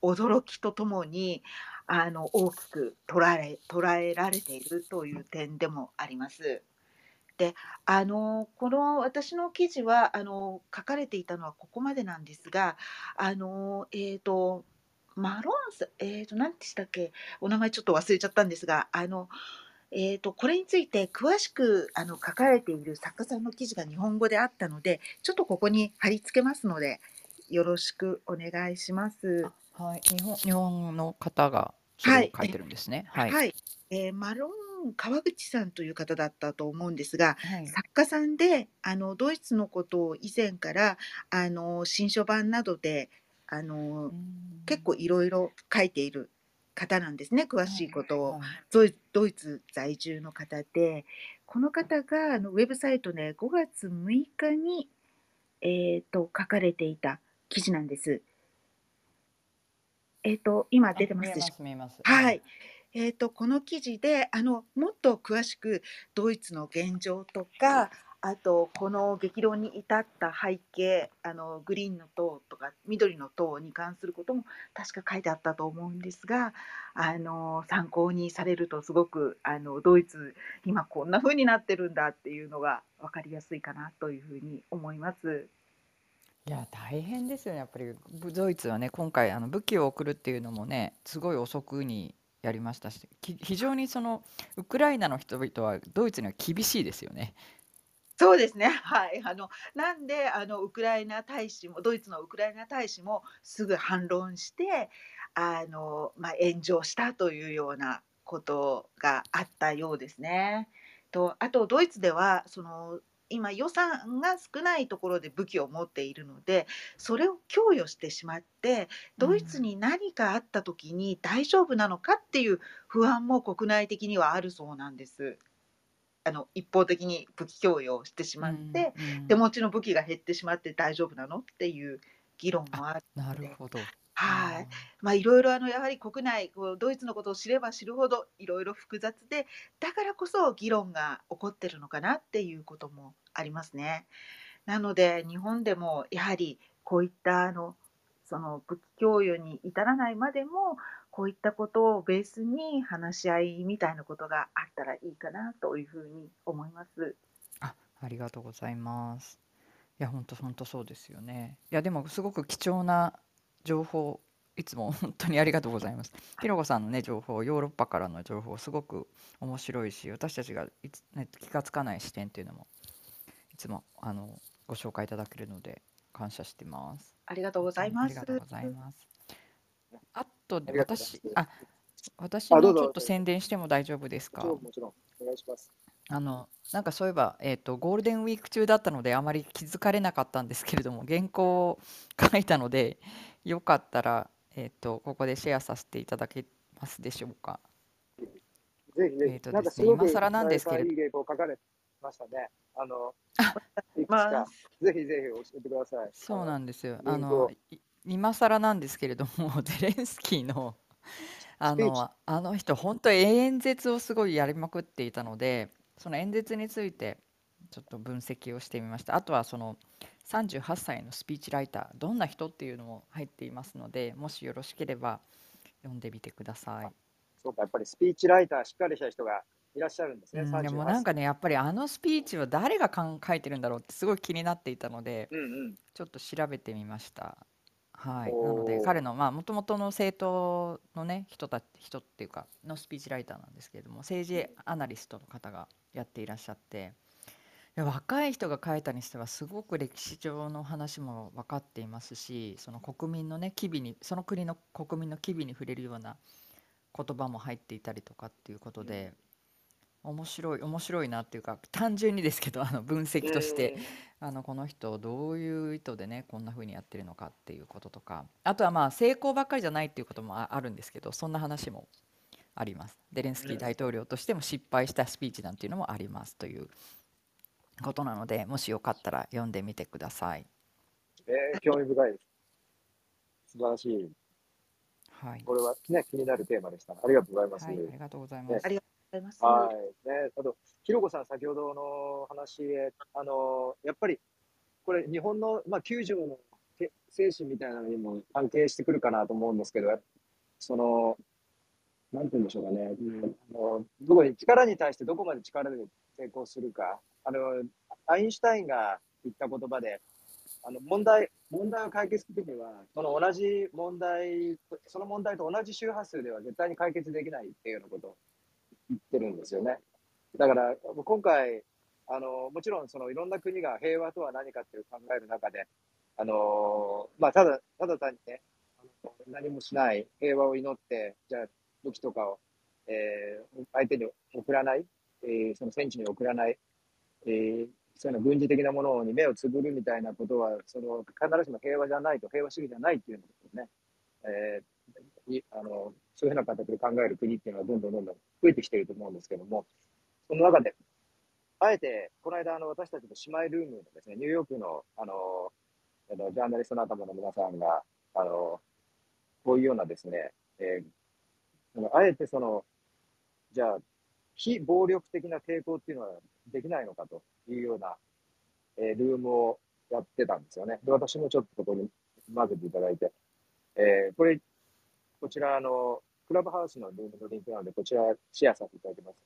驚きとともにあの大きく捉え捉えられているという点でもあります。で、あの、この私の記事は、あの、書かれていたのはここまでなんですが、あの、えっと、マロンさえっと、なんでしたっけ、お名前ちょっと忘れちゃったんですが、あの、えっと、これについて詳しくあの書かれている作家さんの記事が日本語であったので、ちょっとここに貼り付けますので、よろしくお願いします。 あ、はい。日本、日本の方がそれはい。 を書いてるんですね。はい。 はい、えーマロン川口さんという方だったと思うんですが、 はい。 作家さんで、あのドイツのことを以前からあの新書版などであのうー結構ん。 いろいろ書いている方なんですね、詳しいはい。 ことを。 はい。 ドイドイツ在住の方で、この方があのウェブサイトでごがつむいかに、えーと書かれていた記事なんです。えっと、今出あ、 てますでしょ見えます、見えます。はい。 はい。えっと、この記事で、あの、もっと詳しくドイツの現状とか、あと、この激論に至った背景、あの、グリーンの党とか緑の党に関することも確か書いてあったと思うんですが、あの、参考にされるとすごく、あの、ドイツ、今こんな風になってるんだっていうのが分かりやすいかなというふうに思います。 いや、大変ですよね。やっぱりぶドイツはね、今回あの武器を送るっていうのもね、すごい遅くにやりましたし、き非常にそのウクライナの人々はドイツには厳しいですよね。 そうですね、はい。あの、なんで、あの、ウクライナ大使もドイツのウクライナ大使もすぐ反論して、あの、まあ、炎上したというようなことがあったようですね。と、あとドイツでは、その、今予算が少ないところで武器を持っているので、それを供与してしまって、ドイツうん。 に何かあった時に大丈夫なのかっていう不安も国内的にはあるそうなんです。あの一方的に武器供与をしてしうん。 まって、 うん。 手持ちの武器が減ってしまって大丈夫なのっていう議論あ、 もあるなので、 るほど。 はい。 あまあ、いろいろあのやはり国内、こうドイツのことを知れば知るほどいろいろ複雑で、だからこそ議論が起こってるのかなっていうこともありますね。なので、日本でもやはりこういったあの、その武器供与に至らないまでも、こういったことをベースに話し合いみたいなことがあったらいいかなというふうに思います。 あ、あ、ありがとうございます。いや、本当本当そうですよね。いや、でもすごく貴重な情報、いつも本当にありがとうございます。ひろこさんのね、情報、ヨーロッパからの情報、すごく面白いし、私たちがいつ、ね、気がつかない視点っていうのも、いつもあのご紹介いただけるので、感謝してます。 ありがとうご本当ざいます。 にありがとうございます。あと、 ありがとうございます。 私、あ、私あ、どのちょっとうぞどうぞ。 宣伝しても大丈夫ですもちろか？ んもちろん。お願いします。 あの、なんかそういえば、えっと、ゴールデンウィーク中だったので、あまり気づかれなかったんですけれども、原稿を書いたので、よかったら、えっと、ここでシェアさせていただけますでしょうか。 ぜひぜえっとひ。なんですね、 かすごく、 今更なんさゆさん、 ですけれど、 いい原稿書かれましたね。あの、 あ、 いくつか、 ます。 ぜひぜひ教えてください。あそうの、 なんですよ。あの、 原稿、 い今更なんですけれども、ゼレンスキーの、あスピーチ。 の、あの人、本当演説をすごいやりまくっていたので、その演説についてちょっと分析をしてみました。あとはそのさんじゅうはっさいのスピーチライター、どんな人っていうのも入っていますので、もしよろしければ読んでみてください。 そうか、やっぱりスピーチライター、しっかりした人がいらっしゃるんですね、 うん、で 38歳。 もなんかね、やっぱりあのスピーチは誰がかん書いてるんだろうってすごい気になっていたので、 うんうん。 ちょっと調べてみました。はい、なのでおー、 彼のまあ元々の政党のね人た人っていうかのスピーチライターなんですけれども、政治アナリストの方がやっていらっしゃって、いや若い人が書いたにしてはすごく歴史上の話も分かっていますし、その国民のね機微にその国の国民の機微に触れるような言葉も入っていたりとかっていうことうん。 で、面白い面白いなっていうか、単純にですけどあの分う析としてん。 あのこの人どういう意図でねこんな風にやってるのかっていうこととか、あとはまあ成功ばっかりじゃないっていうこともああるんですけど、そんな話もあります。ゼレンスキー大統領としても失敗したスピーチなんていうのもありますということなので、もしよかったら読んでみてください。 えー、興味深いです。素晴らしい。 はい、 これはね、気になるテーマでした。ありがとうございます。 はい、ありがとうございまね、 ありす。 がとうございます。 はい。ね、あと、ひろこさん、先ほどの話、あの、やっぱり、これ、日本の、まあ、きゅう条のけ精神みたいなのにも関係してくるかなと思うんですけど、その、なんて言うんでしょうかね、うん、あの、どこに力に対してどこまで力で抵抗するか。あの、アインシュタインが言った言葉で、あの、問題問題を解決するときには、その同じ問題その問題と同じ周波数では絶対に解決できないっていうようなことを言ってるんですよね。だから、今回、あの、もちろんそのいろんな国が平和とは何かっていう考える中で、あの、まあ、ただただ単にね、あの、何もしない平和を祈って、じゃあ武器とかを、えー相手に送らない、えーその戦地に送らない、えーそういうの軍事的なものに目をつぶるみたいなことは、その必ずしも平和じゃないと、平和主義じゃないっていうのことをね、えーいあの、そういうふうな形で考える国っていうのはどんどんどんどん増えてきていると思うんですけども、その中で、あえて、この間、あの、私たちの姉妹ルームのですね、ニューヨークの、あの、あのジャーナリスト仲間の皆さんが、あの、こういうようなですね、えーあのあえてその、じゃあ、非暴力的な抵抗っていうのはできないのかというような、えールームをやってたんですよね。で、私もちょっとここに混ぜていただいて、えーこれ、こちら、あの、クラブハウスのルームのリンクなので、こちらシェアさせていただきます。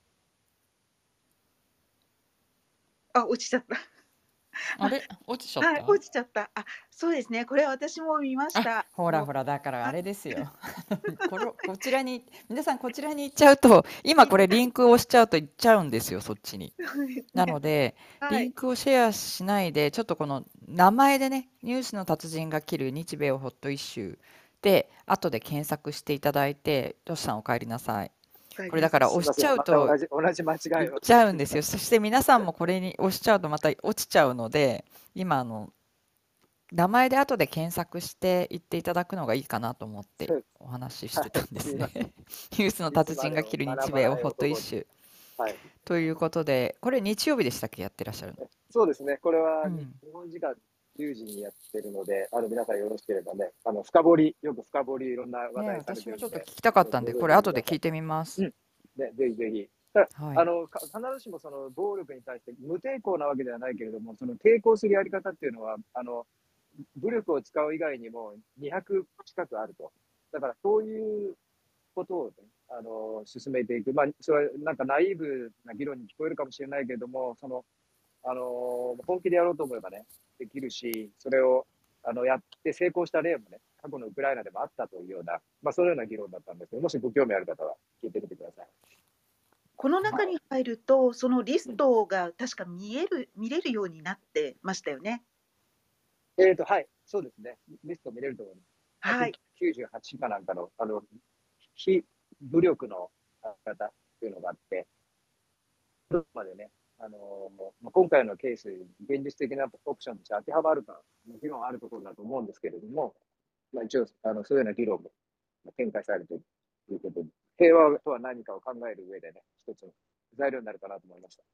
あ、落ちちゃった。 あれ、落ちちゃっはい、 た？ 落ちちゃった。あ、そうですね。これ私も見ましあ、 た。もう、 ほらほら、だからああ、 れですよ。これこちらに、皆さんこちらに行っちゃうと、今いこれリンクを押しちゃうと行っちゃうんですよ、そっちに。 そうですなね。 ので、 はい。 リンクをシェアしないで、ちょっとこの名前でね、ニュースの達人が切る日米をホットイッシュで、後で検索していただいて、トシさんお帰りなさい。 わかりこれだから押しすいません。またちゃうと同じ、同じ間違いを。 行っちゃうんですよ。そして皆さんもこれに押しちゃうとまた落ちちゃうので、今あの、名前で後で検索して言っていただくのがいいかなと思ってお話ししはい、 てたんですいすね。 ません。 ニュースのいつ達までも人が切る日学ばない米をホットイッ男。 シュはい。 ということで、これ日曜日でしたっけ、やってらっしゃるの？ そうですね。これはにうん。 日本時間じゅうじにやってるので、あの、皆さんよろしければね、あの、深掘り、よく深掘りいろんな話ねえ、 題され私もちょっと聞てるので、 きたかったんで、こ覗いれてみてください。 後で聞いてみます。 うん。ね、ぜひぜひ。ただ、 はい。 あの、か必ずしもその暴力に対して無抵抗なわけではないけれども、その抵抗するやり方っていうのは、あの、武力を使う以外にもにひゃく近くあると。だからそういうことをね、あの、進めていく。まあ、それはなんかナイーブな議論に聞こえるかもしれないけれども、その、あの、本気でやろうと思えばね、できるし、それを、あの、やって成功した例もね、過去のウクライナでもあったというような、まあ、そういうような議論だったんですけど、もしご興味ある方は聞いてみてください。 この中はい。 に入ると、そのリスうん。 トが確か見える見れるようになってましたよね。 えーと、はい、そうですね。リスト見れると思います。 はい。 ひゃくきゅうじゅうはちかなんかの、あの、非武力の方っていうのがあって、どこまでね、あの、まあ、今回のケース、現実的なオプションとして当てはまるか、もちろんあるところだと思うんですけれども、まあ、一応、あの、そういうような議論も展開されているということで、平和とは何かを考える上でね、一つの材料になるかなと思いました。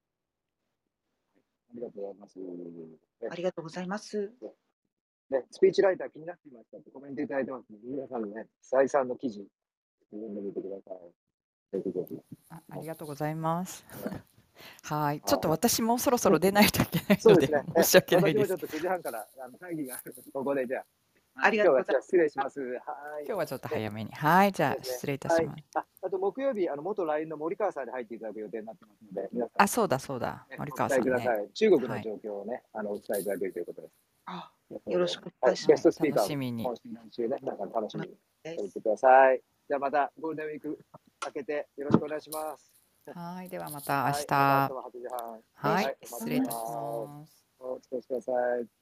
ありがとうございます。ね、 ありがとうございます。 ね、スピーチライター気になっていましたってコメントいただいてますので、皆さんのね、再三の記事、読んでみてください。ぜひぜひ。 あ、ありがとうございます。 ね、 はい。ちょっとは私もそろそい。 ろ出ないといけないので、 そうですね。え、 申し訳ないです。 私もちょっとくじはんからあの会議があるので、ここでじゃあ、はい、 ありがとうござい今日はじゃあ失礼します。 ます。はい。 今日はちょっとね、 早めに。はい。じゃあ、 そうですね。 失礼いたはい。 します。 あ、あと木曜日、あの、元 ライン の森川さんに入っていただく予定になってますので、皆さあ、そうだそうだ。 ん、ね、 森お川さんね。 伝えください。中国のはい。 状況をね、あの、お伝えいただけるということです。 あ、 ですので、 よろしくおはい、 願いします。 ゲスはい。楽トスピーカーもしみに。 今週、来週ね、皆さん楽しみにです。 していてください。じゃあまたゴールデンウィーク明けてよろしくお願いします。 はい。ではまた明はい、また明日日。 もはちじはん。 失礼しはい。 はい、お待ちしてま失礼いたしす。 ます。 お疲れください。